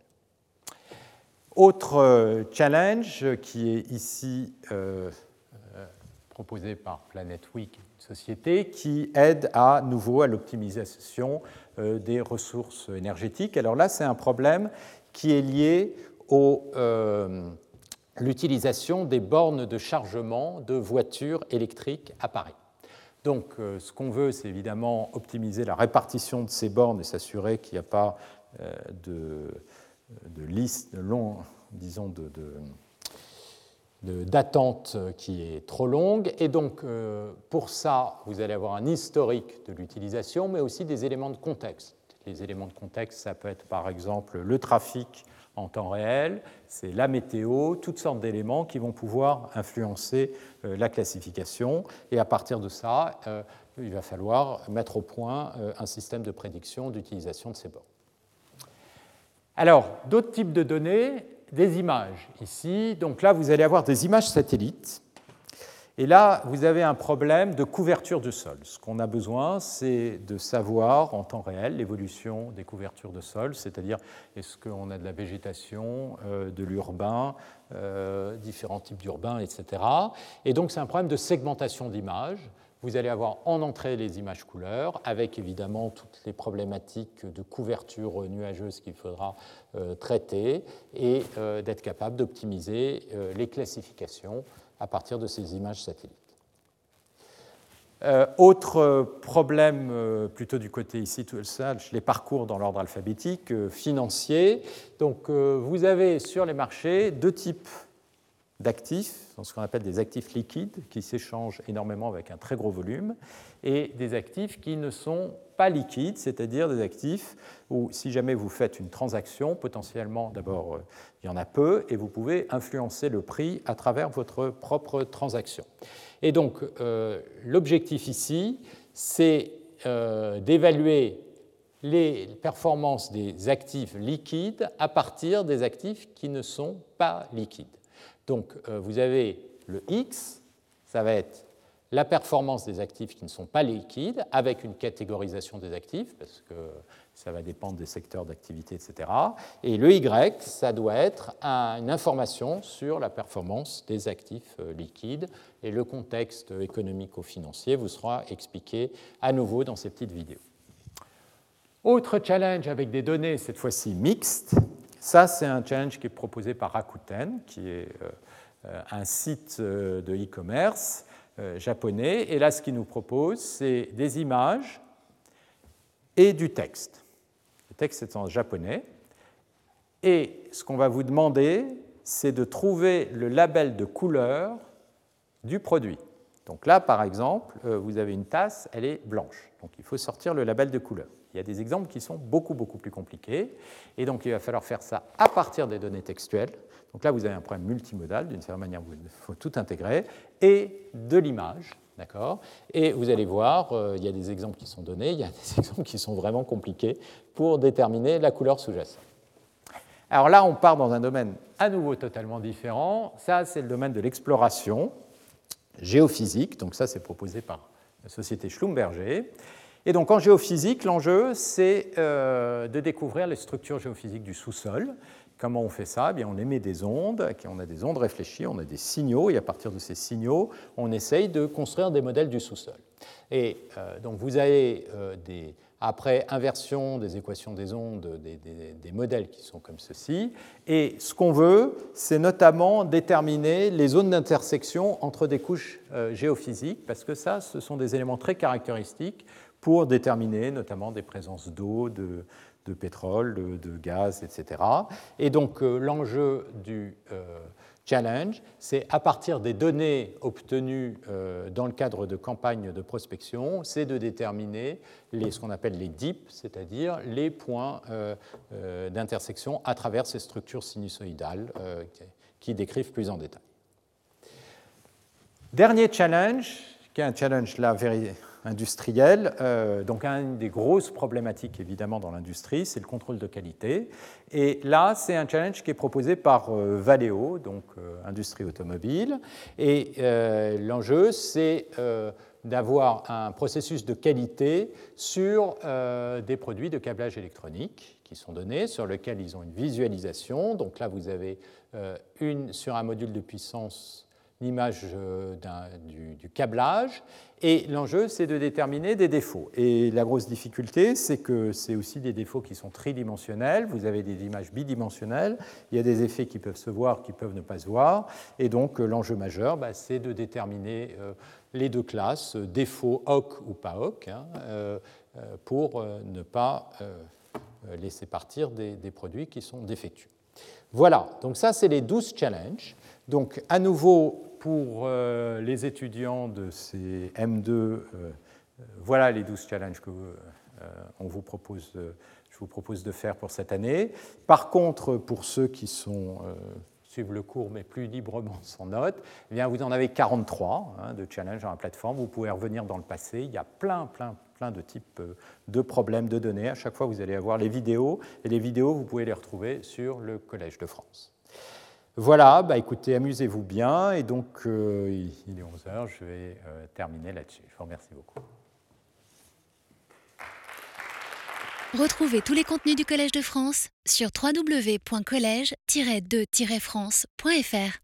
Autre challenge qui est ici proposé par Planet Week, une société qui aide à nouveau à l'optimisation des ressources énergétiques. Alors là, c'est un problème qui est lié à l'utilisation des bornes de chargement de voitures électriques à Paris. Donc, ce qu'on veut, c'est évidemment optimiser la répartition de ces bornes et s'assurer qu'il n'y a pas de liste longue, disons, d'attente qui est trop longue. Et donc, pour ça, vous allez avoir un historique de l'utilisation, mais aussi des éléments de contexte. Les éléments de contexte, ça peut être par exemple le trafic en temps réel, c'est la météo, toutes sortes d'éléments qui vont pouvoir influencer la classification. Et à partir de ça, il va falloir mettre au point un système de prédiction d'utilisation de ces bornes. Alors, d'autres types de données, des images ici. Donc là, vous allez avoir des images satellites. Et là, vous avez un problème de couverture de sol. Ce qu'on a besoin, c'est de savoir en temps réel l'évolution des couvertures de sol, c'est-à-dire est-ce qu'on a de la végétation, de l'urbain, différents types d'urbain, etc. Et donc, c'est un problème de segmentation d'images. Vous allez avoir en entrée les images couleurs, avec évidemment toutes les problématiques de couverture nuageuse qu'il faudra traiter, et d'être capable d'optimiser les classifications à partir de ces images satellites. Autre problème, plutôt du côté ici, tout ça, je les parcours dans l'ordre alphabétique, financier. Donc vous avez sur les marchés deux types d'actifs, ce qu'on appelle des actifs liquides, qui s'échangent énormément avec un très gros volume, et des actifs qui ne sont pas liquides, c'est-à-dire des actifs où, si jamais vous faites une transaction, potentiellement, d'abord, il y en a peu, et vous pouvez influencer le prix à travers votre propre transaction. Et donc, l'objectif ici, c'est d'évaluer les performances des actifs liquides à partir des actifs qui ne sont pas liquides. Donc, vous avez le X, ça va être la performance des actifs qui ne sont pas liquides, avec une catégorisation des actifs, parce que ça va dépendre des secteurs d'activité, etc. Et le Y, ça doit être une information sur la performance des actifs liquides. Et le contexte économico-financier vous sera expliqué à nouveau dans ces petites vidéos. Autre challenge avec des données, cette fois-ci mixtes. Ça, c'est un challenge qui est proposé par Rakuten, qui est un site de e-commerce japonais. Et là, ce qu'il nous propose, c'est des images et du texte. Le texte est en japonais. Et ce qu'on va vous demander, c'est de trouver le label de couleur du produit. Donc là, par exemple, vous avez une tasse, elle est blanche. Donc il faut sortir le label de couleur. Il y a des exemples qui sont beaucoup plus compliqués. Et donc il va falloir faire ça à partir des données textuelles. Donc là, vous avez un problème multimodal, d'une certaine manière, il faut tout intégrer, et de l'image. D'accord ? Et vous allez voir, il y a des exemples qui sont donnés, il y a des exemples qui sont vraiment compliqués pour déterminer la couleur sous-jacente. Alors là, on part dans un domaine à nouveau totalement différent. Ça, c'est le domaine de l'exploration géophysique. Donc ça, c'est proposé par la société Schlumberger. Et donc en géophysique, l'enjeu, c'est de découvrir les structures géophysiques du sous-sol. Comment on fait ça ? Eh bien, on émet des ondes, on a des ondes réfléchies, on a des signaux, et à partir de ces signaux, on essaye de construire des modèles du sous-sol. Et donc vous avez après inversion des équations des ondes, des modèles qui sont comme ceci. Et ce qu'on veut, c'est notamment déterminer les zones d'intersection entre des couches géophysiques, parce que ça, ce sont des éléments très caractéristiques pour déterminer notamment des présences d'eau, de pétrole, de gaz, etc. Et donc l'enjeu du challenge, c'est à partir des données obtenues dans le cadre de campagnes de prospection, c'est de déterminer ce qu'on appelle les DIP, c'est-à-dire les points d'intersection à travers ces structures sinusoïdales qui décrivent plus en détail. Dernier challenge, qui est un challenge là industriel. Donc, une des grosses problématiques, évidemment, dans l'industrie, c'est le contrôle de qualité. Et là, c'est un challenge qui est proposé par Valeo, donc industrie automobile. Et l'enjeu, c'est d'avoir un processus de qualité sur des produits de câblage électronique qui sont donnés, sur lesquels ils ont une visualisation. Donc là, vous avez sur un module de puissance l'image du câblage, et l'enjeu, c'est de déterminer des défauts. Et la grosse difficulté, c'est que c'est aussi des défauts qui sont tridimensionnels, vous avez des images bidimensionnelles, il y a des effets qui peuvent se voir, qui peuvent ne pas se voir, et donc l'enjeu majeur, c'est de déterminer les deux classes, défauts OC ou pas OC, pour ne pas laisser partir des produits qui sont défectueux. Voilà, donc ça, c'est les 12 challenges. Donc, à nouveau, pour les étudiants de ces M2, voilà les 12 challenges que je vous propose de faire pour cette année. Par contre, pour ceux qui suivent le cours, mais plus librement sans notes, eh bien, vous en avez 43 de challenges dans la plateforme. Vous pouvez revenir dans le passé. Il y a plein de types de problèmes de données. À chaque fois, vous allez avoir les vidéos. Et les vidéos, vous pouvez les retrouver sur le Collège de France. Voilà, écoutez, amusez-vous bien. Et donc, il est 11h, je vais terminer là-dessus. Je vous remercie beaucoup. Retrouvez tous les contenus du Collège de France sur www.collège-2-france.fr.